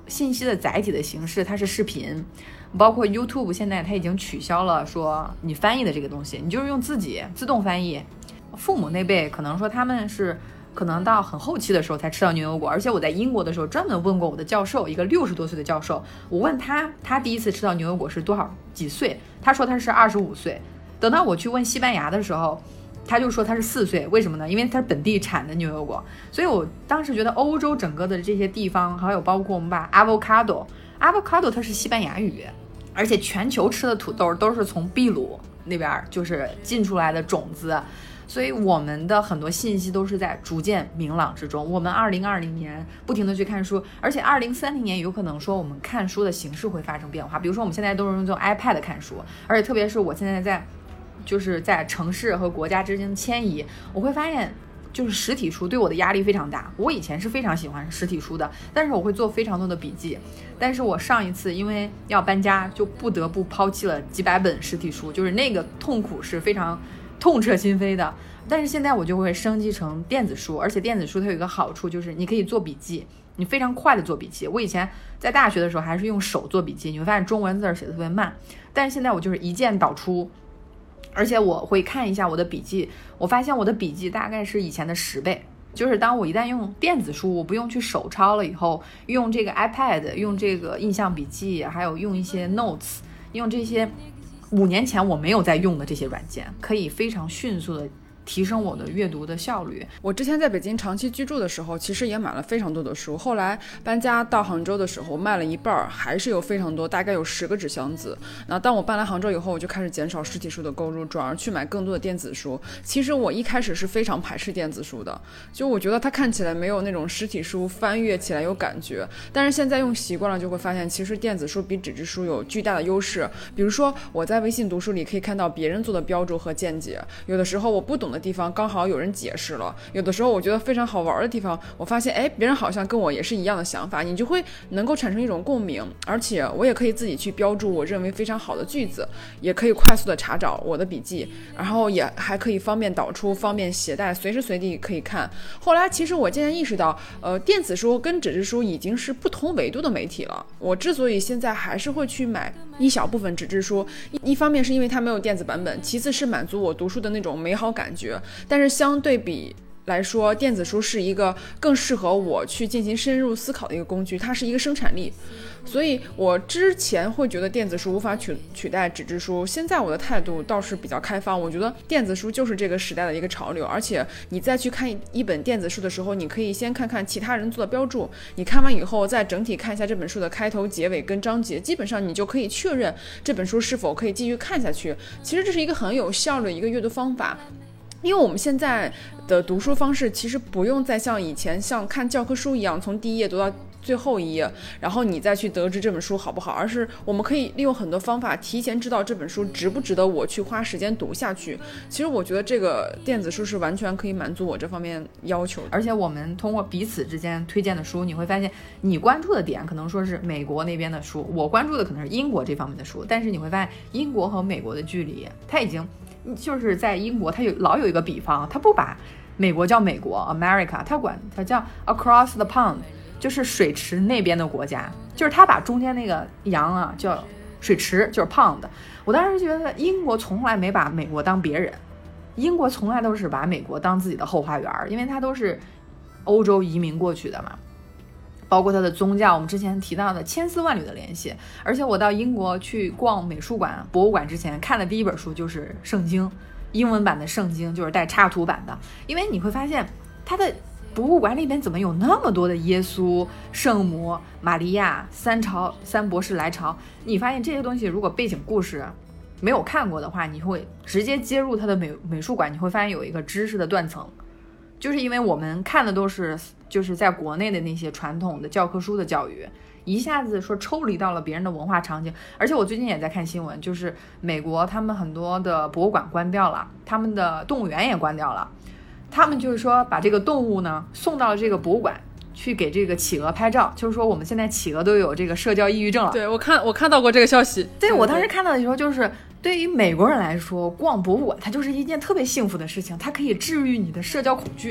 信息的载体的形式它是视频，包括 YouTube 现在它已经取消了说你翻译的这个东西，你就是用自己自动翻译。父母那辈可能说他们是可能到很后期的时候才吃到牛油果，而且我在英国的时候专门问过我的教授，一个六十多岁的教授，我问他他第一次吃到牛油果是多少几岁，他说他是二十五岁。等到我去问西班牙的时候，他就说他是四岁，为什么呢？因为他是本地产的牛油果。所以我当时觉得欧洲整个的这些地方，还有包括我们把 avocado avocado 它是西班牙语，而且全球吃的土豆都是从秘鲁那边就是进出来的种子，所以我们的很多信息都是在逐渐明朗之中。我们二零二零年不停的去看书，而且二零三零年有可能说我们看书的形式会发生变化，比如说我们现在都是用这种 iPad 看书，而且特别是我现在在就是在城市和国家之间迁移，我会发现就是实体书对我的压力非常大。我以前是非常喜欢实体书的，但是我会做非常多的笔记，但是我上一次因为要搬家就不得不抛弃了几百本实体书，就是那个痛苦是非常痛彻心扉的。但是现在我就会升级成电子书，而且电子书它有一个好处就是你可以做笔记，你非常快的做笔记。我以前在大学的时候还是用手做笔记，你会发现中文字写的特别慢，但是现在我就是一键导出，而且我会看一下我的笔记，我发现我的笔记大概是以前的十倍。就是当我一旦用电子书，我不用去手抄了以后，用这个 iPad， 用这个印象笔记，还有用一些 notes， 用这些五年前我没有在用的这些软件，可以非常迅速的提升我的阅读的效率。 我之前在北京长期居住的时候，其实也买了非常多的书，后来搬家到杭州的时候卖了一半，还是有非常多，大概有十个纸箱子。那当我搬来杭州以后，我就开始减少实体书的购入，转而去买更多的电子书。其实我一开始是非常排斥电子书的，就我觉得它看起来没有那种实体书翻阅起来有感觉，但是现在用习惯了就会发现，其实电子书比纸质书有巨大的优势。比如说我在微信读书里可以看到别人做的标注和见解，有的时候我不懂的地方刚好有人解释了，有的时候我觉得非常好玩的地方，我发现哎，别人好像跟我也是一样的想法，你就会能够产生一种共鸣。而且我也可以自己去标注我认为非常好的句子，也可以快速的查找我的笔记，然后也还可以方便导出，方便携带，随时随地可以看。后来其实我渐渐意识到，呃，电子书跟纸质书已经是不同维度的媒体了。我之所以现在还是会去买一小部分纸质书，一方面是因为它没有电子版本，其次是满足我读书的那种美好感觉。但是相对比来说，电子书是一个更适合我去进行深入思考的一个工具，它是一个生产力。所以我之前会觉得电子书无法取取代纸质书，现在我的态度倒是比较开放，我觉得电子书就是这个时代的一个潮流。而且你再去看一本电子书的时候，你可以先看看其他人做的标注，你看完以后再整体看一下这本书的开头结尾跟章节，基本上你就可以确认这本书是否可以继续看下去。其实这是一个很有效率的一个阅读方法。因为我们现在的读书方式其实不用再像以前像看教科书一样从第一页读到最后一页，然后你再去得知这本书好不好，而是我们可以利用很多方法提前知道这本书值不值得我去花时间读下去。其实我觉得这个电子书是完全可以满足我这方面要求的。 而且我们通过彼此之间推荐的书，你会发现你关注的点可能说是美国那边的书，我关注的可能是英国这方面的书，但是你会发现英国和美国的距离，它已经就是在英国它有老有一个比方，它不把美国叫美国 America， 它管它叫 across the pond， 就是水池那边的国家，就是它把中间那个洋啊叫水池，就是 pond。 我当时觉得英国从来没把美国当别人，英国从来都是把美国当自己的后花园，因为它都是欧洲移民过去的嘛，包括它的宗教，我们之前提到的千丝万缕的联系。而且我到英国去逛美术馆博物馆之前看的第一本书就是圣经，英文版的圣经，就是带插图版的。因为你会发现它的博物馆里边怎么有那么多的耶稣、圣母、玛利亚、三朝三博士来朝，你发现这些东西如果背景故事没有看过的话，你会直接接入它的美美术馆，你会发现有一个知识的断层。就是因为我们看的都是就是在国内的那些传统的教科书的教育，一下子说抽离到了别人的文化场景。而且我最近也在看新闻，就是美国他们很多的博物馆关掉了，他们的动物园也关掉了，他们就是说把这个动物呢送到了这个博物馆去给这个企鹅拍照，就是说我们现在企鹅都有这个社交抑郁症了。 对，我看我看到过这个消息。 对，我当时看到的时候就是对于美国人来说，逛博物馆它就是一件特别幸福的事情，它可以治愈你的社交恐惧。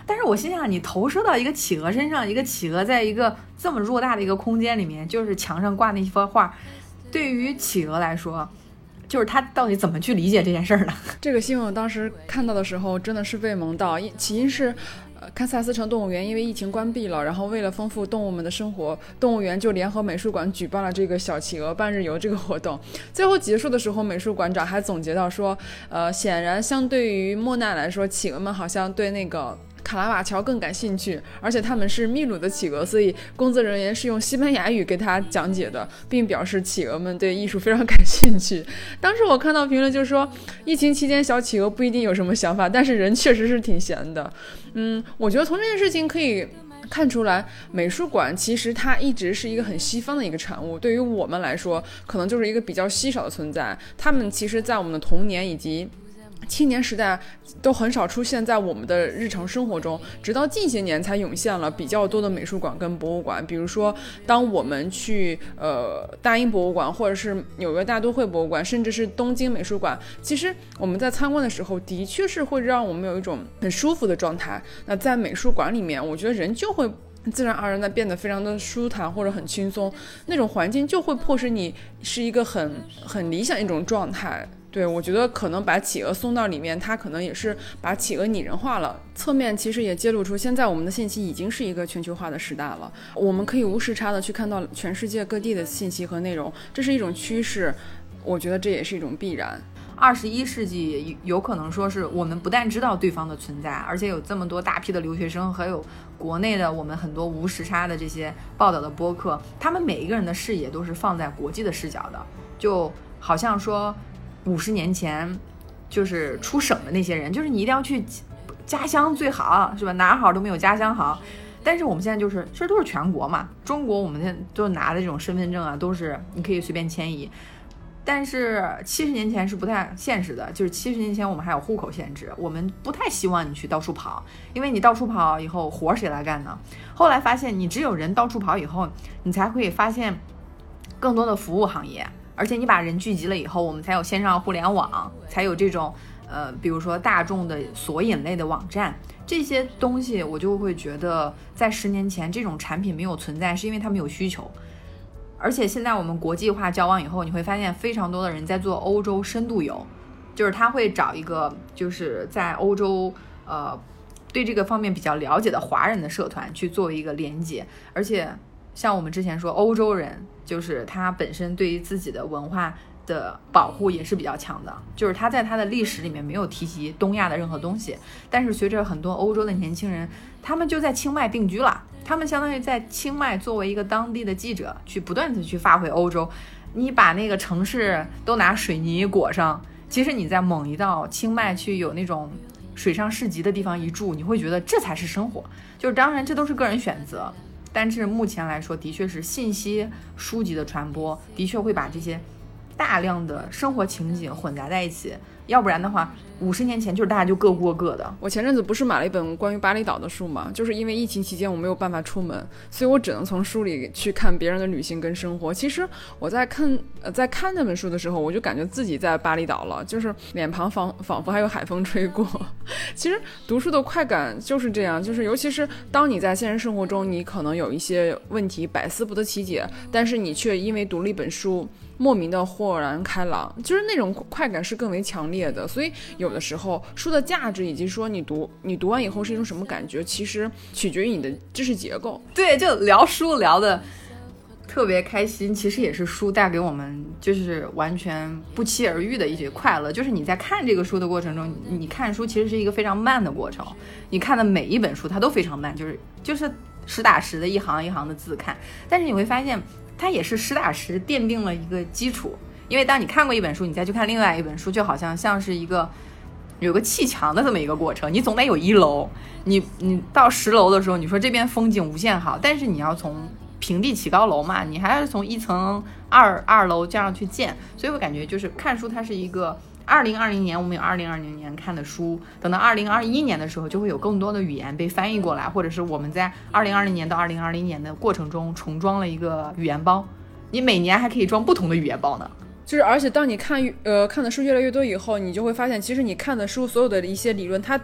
但是我心想，你投射到一个企鹅身上，一个企鹅在一个这么偌大的一个空间里面，就是墙上挂那一幅画，对于企鹅来说，就是他到底怎么去理解这件事儿呢？ 这个新闻我当时看到的时候真的是被萌到，起因是堪萨斯城动物园因为疫情关闭了，然后为了丰富动物们的生活，动物园就联合美术馆举办了这个小企鹅半日游这个活动。最后结束的时候，美术馆长还总结到说，呃，显然相对于莫奈来说，企鹅们好像对那个卡拉瓦乔更感兴趣，而且他们是秘鲁的企鹅，所以工作人员是用西班牙语给他讲解的，并表示企鹅们对艺术非常感兴趣。当时我看到评论就说，疫情期间小企鹅不一定有什么想法，但是人确实是挺闲的。嗯，我觉得从这件事情可以看出来，美术馆其实它一直是一个很西方的一个产物，对于我们来说可能就是一个比较稀少的存在。他们其实在我们的童年以及青年时代都很少出现在我们的日常生活中，直到近些年才涌现了比较多的美术馆跟博物馆。比如说当我们去呃大英博物馆，或者是纽约大都会博物馆，甚至是东京美术馆，其实我们在参观的时候的确是会让我们有一种很舒服的状态。那在美术馆里面，我觉得人就会自然而然的变得非常的舒坦或者很轻松，那种环境就会迫使你是一个很很理想一种状态。对，我觉得可能把企鹅送到里面，它可能也是把企鹅拟人化了。侧面其实也揭露出现在我们的信息已经是一个全球化的时代了，我们可以无时差的去看到全世界各地的信息和内容，这是一种趋势，我觉得这也是一种必然。 二十一世纪有可能说是我们不但知道对方的存在，而且有这么多大批的留学生，还有国内的我们很多无时差的这些报道的播客，他们每一个人的视野都是放在国际的视角的，就好像说五十年前就是出省的那些人，就是你一定要去家乡最好，是吧？哪儿好都没有家乡好。但是我们现在就是其实都是全国嘛，中国我们现在都拿的这种身份证啊，都是你可以随便迁移。但是七十年前是不太现实的，就是七十年前我们还有户口限制，我们不太希望你去到处跑，因为你到处跑以后活谁来干呢？后来发现你只有人到处跑以后，你才会发现更多的服务行业，而且你把人聚集了以后，我们才有线上互联网，才有这种呃，比如说大众的索引类的网站，这些东西我就会觉得在十年前这种产品没有存在，是因为他们有需求。而且现在我们国际化交往以后，你会发现非常多的人在做欧洲深度游，就是他会找一个就是在欧洲呃对这个方面比较了解的华人的社团去作为一个连接。而且像我们之前说，欧洲人就是他本身对于自己的文化的保护也是比较强的，就是他在他的历史里面没有提及东亚的任何东西，但是随着很多欧洲的年轻人，他们就在清迈定居了，他们相当于在清迈作为一个当地的记者，去不断的去发挥欧洲。你把那个城市都拿水泥裹上，其实你在猛一到清迈去有那种水上市集的地方一住，你会觉得这才是生活。就是当然这都是个人选择，但是目前来说的确是信息书籍的传播的确会把这些大量的生活情景混杂在一起，要不然的话五十年前就是大家就各过各的。 我前阵子不是买了一本关于巴厘岛的书嘛，就是因为疫情期间我没有办法出门，所以我只能从书里去看别人的旅行跟生活。其实我在看呃在看那本书的时候，我就感觉自己在巴厘岛了，就是脸庞仿仿佛还有海风吹过。其实读书的快感就是这样，就是尤其是当你在现实生活中你可能有一些问题百思不得其解，但是你却因为读了一本书莫名的豁然开朗，就是那种快感是更为强烈的。所以有的时候书的价值以及说你读你读完以后是一种什么感觉，其实取决于你的知识结构。 对，就聊书聊的特别开心，其实也是书带给我们就是完全不期而遇的一些快乐。就是你在看这个书的过程中，你看书其实是一个非常慢的过程，你看的每一本书它都非常慢，就是就是实打实的一行一行的字看，但是你会发现它也是实打实奠定了一个基础。因为当你看过一本书，你再去看另外一本书，就好像像是一个有个砌墙的这么一个过程，你总得有一楼，你你到十楼的时候，你说这边风景无限好，但是你要从平地起高楼嘛，你还要从一层二二楼这样去建。所以我感觉就是看书它是一个二零二零年我们有二零二零年看的书，等到二零二一年的时候就会有更多的语言被翻译过来，或者是我们在二零二零年到二零二零年的过程中重装了一个语言包，你每年还可以装不同的语言包呢。 就是而且当你看呃看的书越来越多以后，你就会发现其实你看的书所有的一些理论它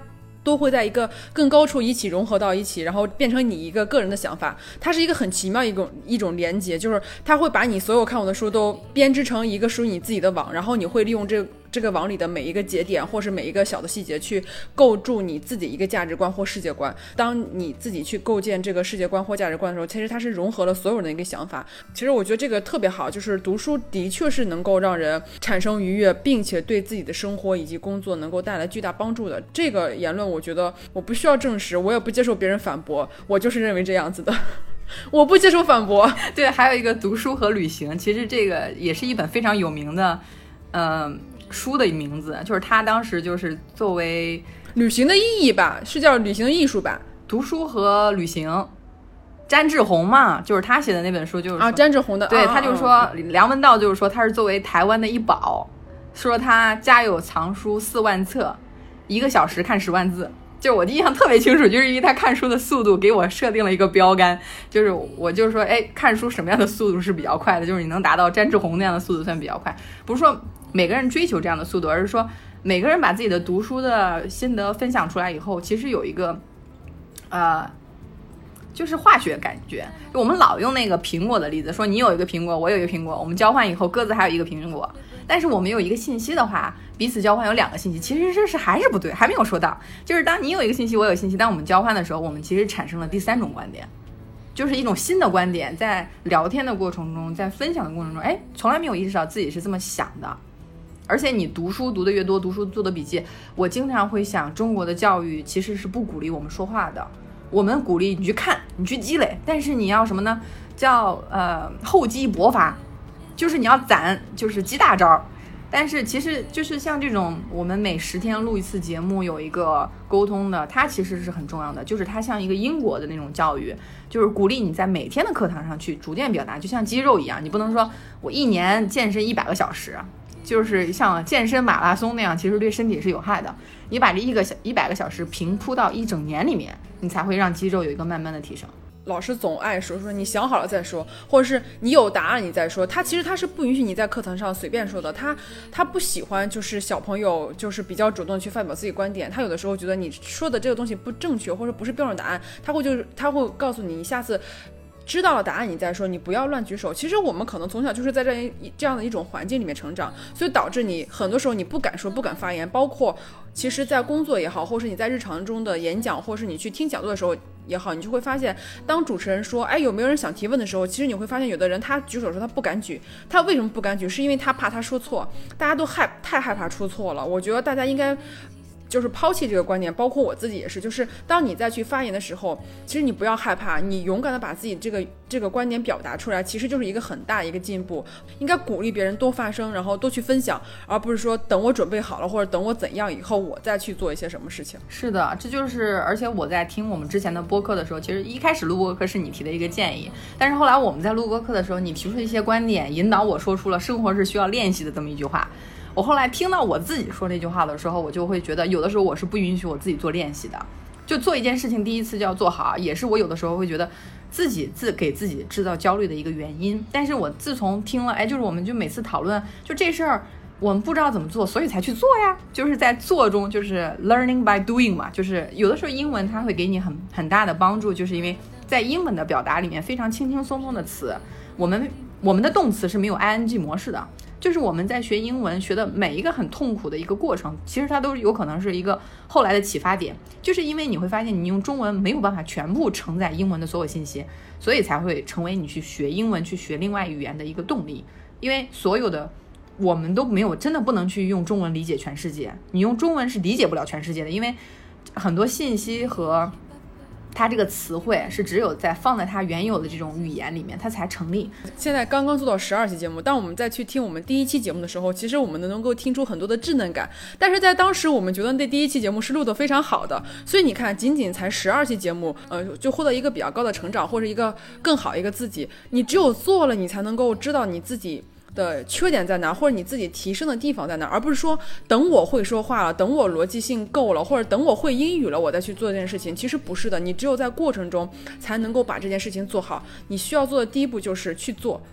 都会在一个更高处一起融合到一起，然后变成你一个个人的想法。它是一个很奇妙一种一种连接，就是它会把你所有看过的书都编织成一个属于你自己的网，然后你会利用这个这个网里的每一个节点或是每一个小的细节去构筑你自己一个价值观或世界观。当你自己去构建这个世界观或价值观的时候，其实它是融合了所有人的一个想法。其实我觉得这个特别好，就是读书的确是能够让人产生愉悦，并且对自己的生活以及工作能够带来巨大帮助的。这个言论我觉得我不需要证实，我也不接受别人反驳，我就是认为这样子的我不接受反驳。 对，还有一个读书和旅行，其实这个也是一本非常有名的嗯、呃书的名字，就是他当时就是作为旅行的意义吧，是叫旅行的艺术吧， 读书和旅行，詹志宏嘛，就是他写的那本书，就是啊，詹志宏的， 对， 啊、 他就是说、啊、梁文道就是说他是作为台湾的一宝，说他家有藏书四万册，一个小时看十万字。就我印象特别清楚，就是因为他看书的速度给我设定了一个标杆，就是我就是说，哎，看书什么样的速度是比较快的，就是你能达到詹志宏那样的速度算比较快。不是说每个人追求这样的速度，而是说每个人把自己的读书的心得分享出来以后，其实有一个呃就是化学感觉。我们老用那个苹果的例子，说你有一个苹果，我有一个苹果，我们交换以后各自还有一个苹果，但是我们有一个信息的话，彼此交换有两个信息，其实这是还是不对，还没有说到。就是当你有一个信息，我有信息，当我们交换的时候，我们其实产生了第三种观点，就是一种新的观点，在聊天的过程中，在分享的过程中，哎，从来没有意识到自己是这么想的。而且你读书读得越多，读书做的笔记，我经常会想，中国的教育其实是不鼓励我们说话的，我们鼓励你去看，你去积累，但是你要什么呢？叫呃厚积薄发，就是你要攒，就是积大招。但是其实就是像这种我们每十天录一次节目，有一个沟通的，它其实是很重要的，就是它像一个英国的那种教育，就是鼓励你在每天的课堂上去逐渐表达，就像肌肉一样，你不能说我一年健身一百个小时，就是像健身马拉松那样，其实对身体是有害的。你把这一个小一百个小时平铺到一整年里面，你才会让肌肉有一个慢慢的提升。 老师总爱说说你想好了再说，或者是你有答案你再说，他其实他是不允许你在课堂上随便说的，他他不喜欢就是小朋友就是比较主动去发表自己观点，他有的时候觉得你说的这个东西不正确或者不是标准答案，他会就是他会告诉你，你下次知道了答案你再说，你不要乱举手。其实我们可能从小就是在这样这样的一种环境里面成长，所以导致你很多时候你不敢说不敢发言，包括其实在工作也好，或是你在日常中的演讲，或是你去听讲座的时候也好，你就会发现当主持人说哎有没有人想提问的时候，其实你会发现有的人他举手的时候他不敢举，他为什么不敢举？是因为他怕他说错，大家都害太害怕出错了。我觉得大家应该就是抛弃这个观念，包括我自己也是，就是当你再去发言的时候，其实你不要害怕，你勇敢的把自己这个这个观点表达出来，其实就是一个很大一个进步。应该鼓励别人多发声，然后多去分享，而不是说等我准备好了或者等我怎样以后我再去做一些什么事情。 是的，这就是而且我在听我们之前的播客的时候，其实一开始录播客是你提的一个建议，但是后来我们在录播客的时候，你提出一些观点，引导我说出了生活是需要练习的这么一句话。我后来听到我自己说这句话的时候，我就会觉得有的时候我是不允许我自己做练习的，就做一件事情第一次就要做好，也是我有的时候会觉得自己自给自己制造焦虑的一个原因。但是我自从听了，哎，就是我们就每次讨论就这事儿我们不知道怎么做，所以才去做呀，就是在做中就是 learning by doing 嘛，就是有的时候英文它会给你很很大的帮助，就是因为在英文的表达里面非常轻轻松松的词，我们我们的动词是没有 ing 模式的，就是我们在学英文学的每一个很痛苦的一个过程，其实它都有可能是一个后来的启发点，就是因为你会发现你用中文没有办法全部承载英文的所有信息，所以才会成为你去学英文去学另外语言的一个动力。因为所有的我们都没有真的不能去用中文理解全世界，你用中文是理解不了全世界的，因为很多信息和它这个词汇是只有在放在它原有的这种语言里面它才成立。 现在刚刚做到十二期节目，当我们再去听我们第一期节目的时候，其实我们能够听出很多的稚嫩感，但是在当时我们觉得那第一期节目是录得非常好的，所以你看仅仅才十二期节目呃，就获得一个比较高的成长，或者一个更好一个自己。你只有做了你才能够知道你自己的缺点在哪，或者你自己提升的地方在哪，而不是说等我会说话了，等我逻辑性够了，或者等我会英语了我再去做这件事情。其实不是的，你只有在过程中才能够把这件事情做好。你需要做的第一步就是去做，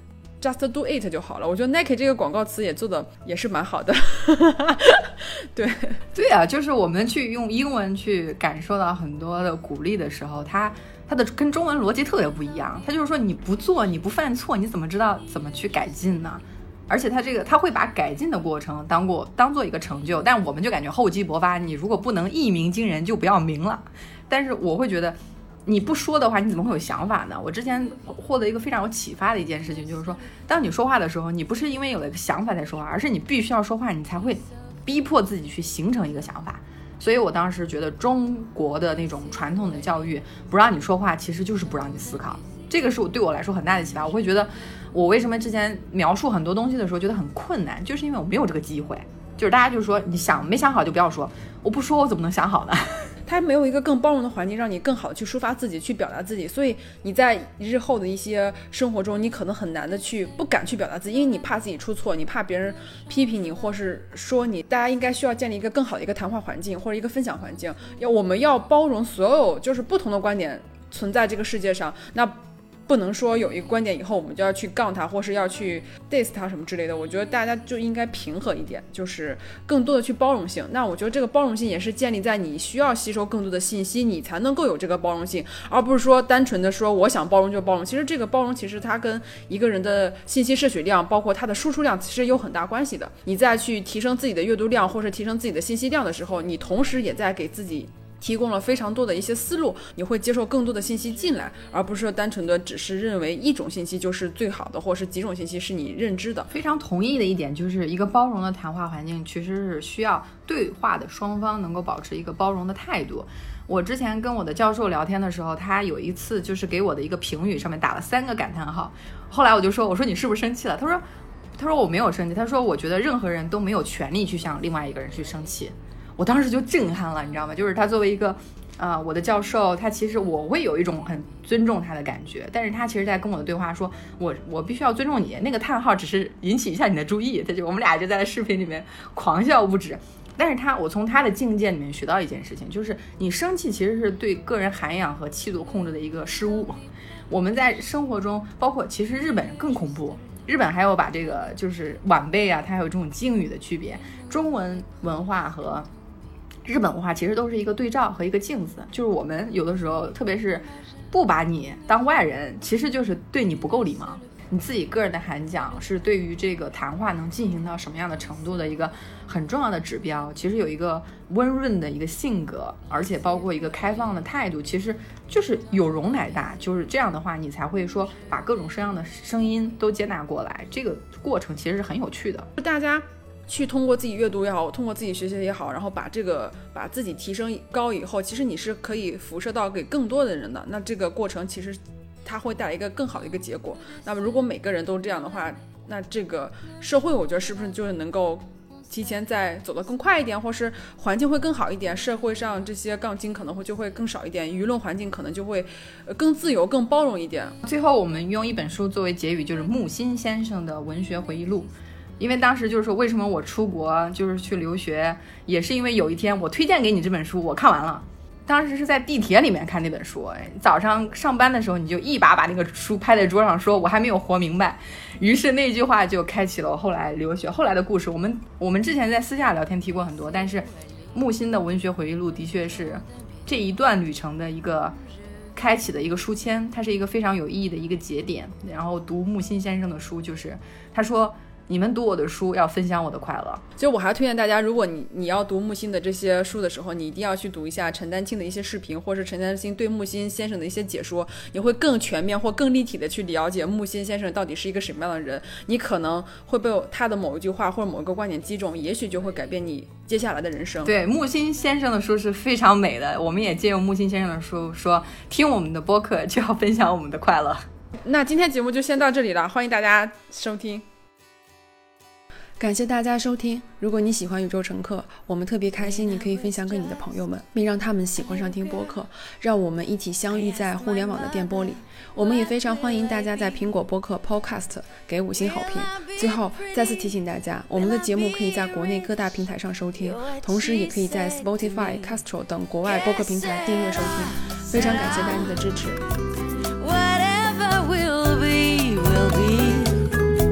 just do it 就好了。我觉得 Nike 这个广告词也做的也是蛮好的。对对啊，就是我们去用英文去感受到很多的鼓励的时候，它它的跟中文逻辑特别不一样。它就是说你不做你不犯错，你怎么知道怎么去改进呢？而且它这个它会把改进的过程当过当做一个成就，但我们就感觉厚积薄发，你如果不能一鸣惊人就不要鸣了。但是我会觉得你不说的话你怎么会有想法呢？我之前获得一个非常有启发的一件事情，就是说当你说话的时候，你不是因为有了一个想法在说话，而是你必须要说话，你才会逼迫自己去形成一个想法。所以我当时觉得中国的那种传统的教育不让你说话，其实就是不让你思考。这个是我对我来说很大的启发。我会觉得我为什么之前描述很多东西的时候觉得很困难，就是因为我没有这个机会。就是大家就说你想没想好就不要说，我不说我怎么能想好呢？ 它没有一个更包容的环境让你更好的去抒发自己，去表达自己，所以你在日后的一些生活中你可能很难的去不敢去表达自己，因为你怕自己出错，你怕别人批评你或是说你。大家应该需要建立一个更好的一个谈话环境或者一个分享环境，要我们要包容所有就是不同的观点存在这个世界上。那不能说有一个观点以后我们就要去杠他或是要去 diss 他什么之类的。我觉得大家就应该平和一点，就是更多的去包容性。那我觉得这个包容性也是建立在你需要吸收更多的信息你才能够有这个包容性，而不是说单纯的说我想包容就包容。其实这个包容其实它跟一个人的信息摄取量包括它的输出量其实有很大关系的。你在去提升自己的阅读量或是提升自己的信息量的时候，你同时也在给自己提供了非常多的一些思路，你会接受更多的信息进来，而不是单纯的只是认为一种信息就是最好的，或是几种信息是你认知的。 非常同意的一点就是一个包容的谈话环境其实是需要对话的双方能够保持一个包容的态度。我之前跟我的教授聊天的时候，他有一次就是给我的一个评语上面打了三个感叹号，后来我就说我说你是不是生气了？他说他说我没有生气，他说我觉得任何人都没有权利去向另外一个人去生气。我当时就震撼了，你知道吗？就是他作为一个呃我的教授，他其实我会有一种很尊重他的感觉，但是他其实在跟我的对话说我我必须要尊重你，那个叹号只是引起一下你的注意。他就我们俩就在视频里面狂笑不止。但是他我从他的境界里面学到一件事情，就是你生气其实是对个人涵养和气度控制的一个失误。我们在生活中包括其实日本更恐怖，日本还有把这个就是晚辈啊，它还有这种敬语的区别。中文文化和日本文化其实都是一个对照和一个镜子，就是我们有的时候特别是不把你当外人，其实就是对你不够礼貌。你自己个人的涵养是对于这个谈话能进行到什么样的程度的一个很重要的指标。其实有一个温润的一个性格，而且包括一个开放的态度，其实就是有容乃大。就是这样的话你才会说把各种声样的声音都接纳过来，这个过程其实是很有趣的。 大家去通过自己阅读也好，通过自己学习也好，然后把这个把自己提升高以后，其实你是可以辐射到给更多的人的。那这个过程其实它会带来一个更好的一个结果。那么如果每个人都这样的话，那这个社会我觉得是不是就能够提前再走得更快一点，或是环境会更好一点，社会上这些杠精可能会就会更少一点，舆论环境可能就会更自由更包容一点。 最后我们用一本书作为结语，就是木心先生的文学回忆录。因为当时就是说为什么我出国就是去留学，也是因为有一天我推荐给你这本书，我看完了，当时是在地铁里面看那本书，早上上班的时候你就一把把那个书拍在桌上说我还没有活明白，于是那句话就开启了我后来留学后来的故事。我们我们之前在私下聊天提过很多，但是木心的文学回忆录的确是这一段旅程的一个开启的一个书签，它是一个非常有意义的一个节点。然后读木心先生的书，就是他说你们读我的书要分享我的快乐。 其实我还推荐大家，如果你你要读木心的这些书的时候，你一定要去读一下陈丹青的一些视频，或是陈丹青对木心先生的一些解说，你会更全面或更立体的去了解木心先生到底是一个什么样的人。你可能会被他的某一句话或者某一个观点击中，也许就会改变你接下来的人生。 对，木心先生的书是非常美的，我们也借用木心先生的书说，听我们的播客就要分享我们的快乐。 那今天节目就先到这里了，欢迎大家收听。感谢大家收听，如果你喜欢宇宙乘客，我们特别开心你可以分享给你的朋友们，并让他们喜欢上听播客，让我们一起相遇在互联网的电波里。我们也非常欢迎大家在苹果播客 Podcast 给五星好评。最后再次提醒大家，我们的节目可以在国内各大平台上收听，同时也可以在 Spotify、Castro 等国外播客平台订阅收听。非常感谢大家的支持。 Whatever will be, will be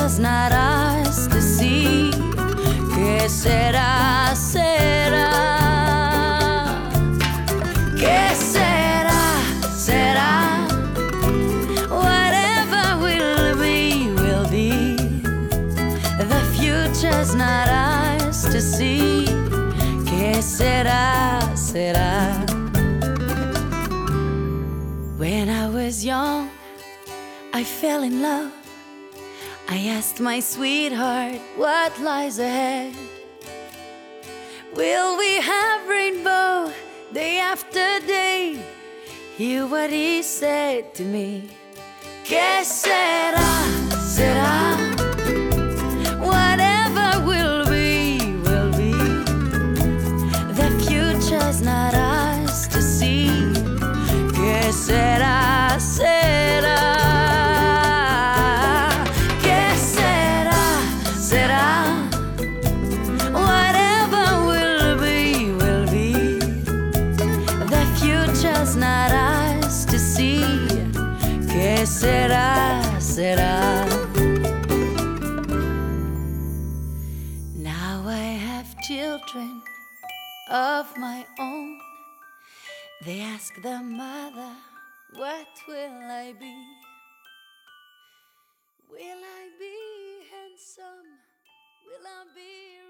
future's not ours to see. ¿Qué será, será? ¿Qué será, será? Whatever will be, will be. The future's not ours to see. ¿Qué será, será? When I was young, I fell in love. I asked my sweetheart what lies ahead. Will we have rainbow day after day? Hear what he said to me. ¿Qué será, será? Whatever will be, will be. The future's not ours to see. ¿Qué será, será? ¿Qué será, será? Whatever will be, will be. The future's not ours to see. ¿Qué será, será? Now I have children of my own. They ask their mother, what will I be? Will I be handsome? Will I be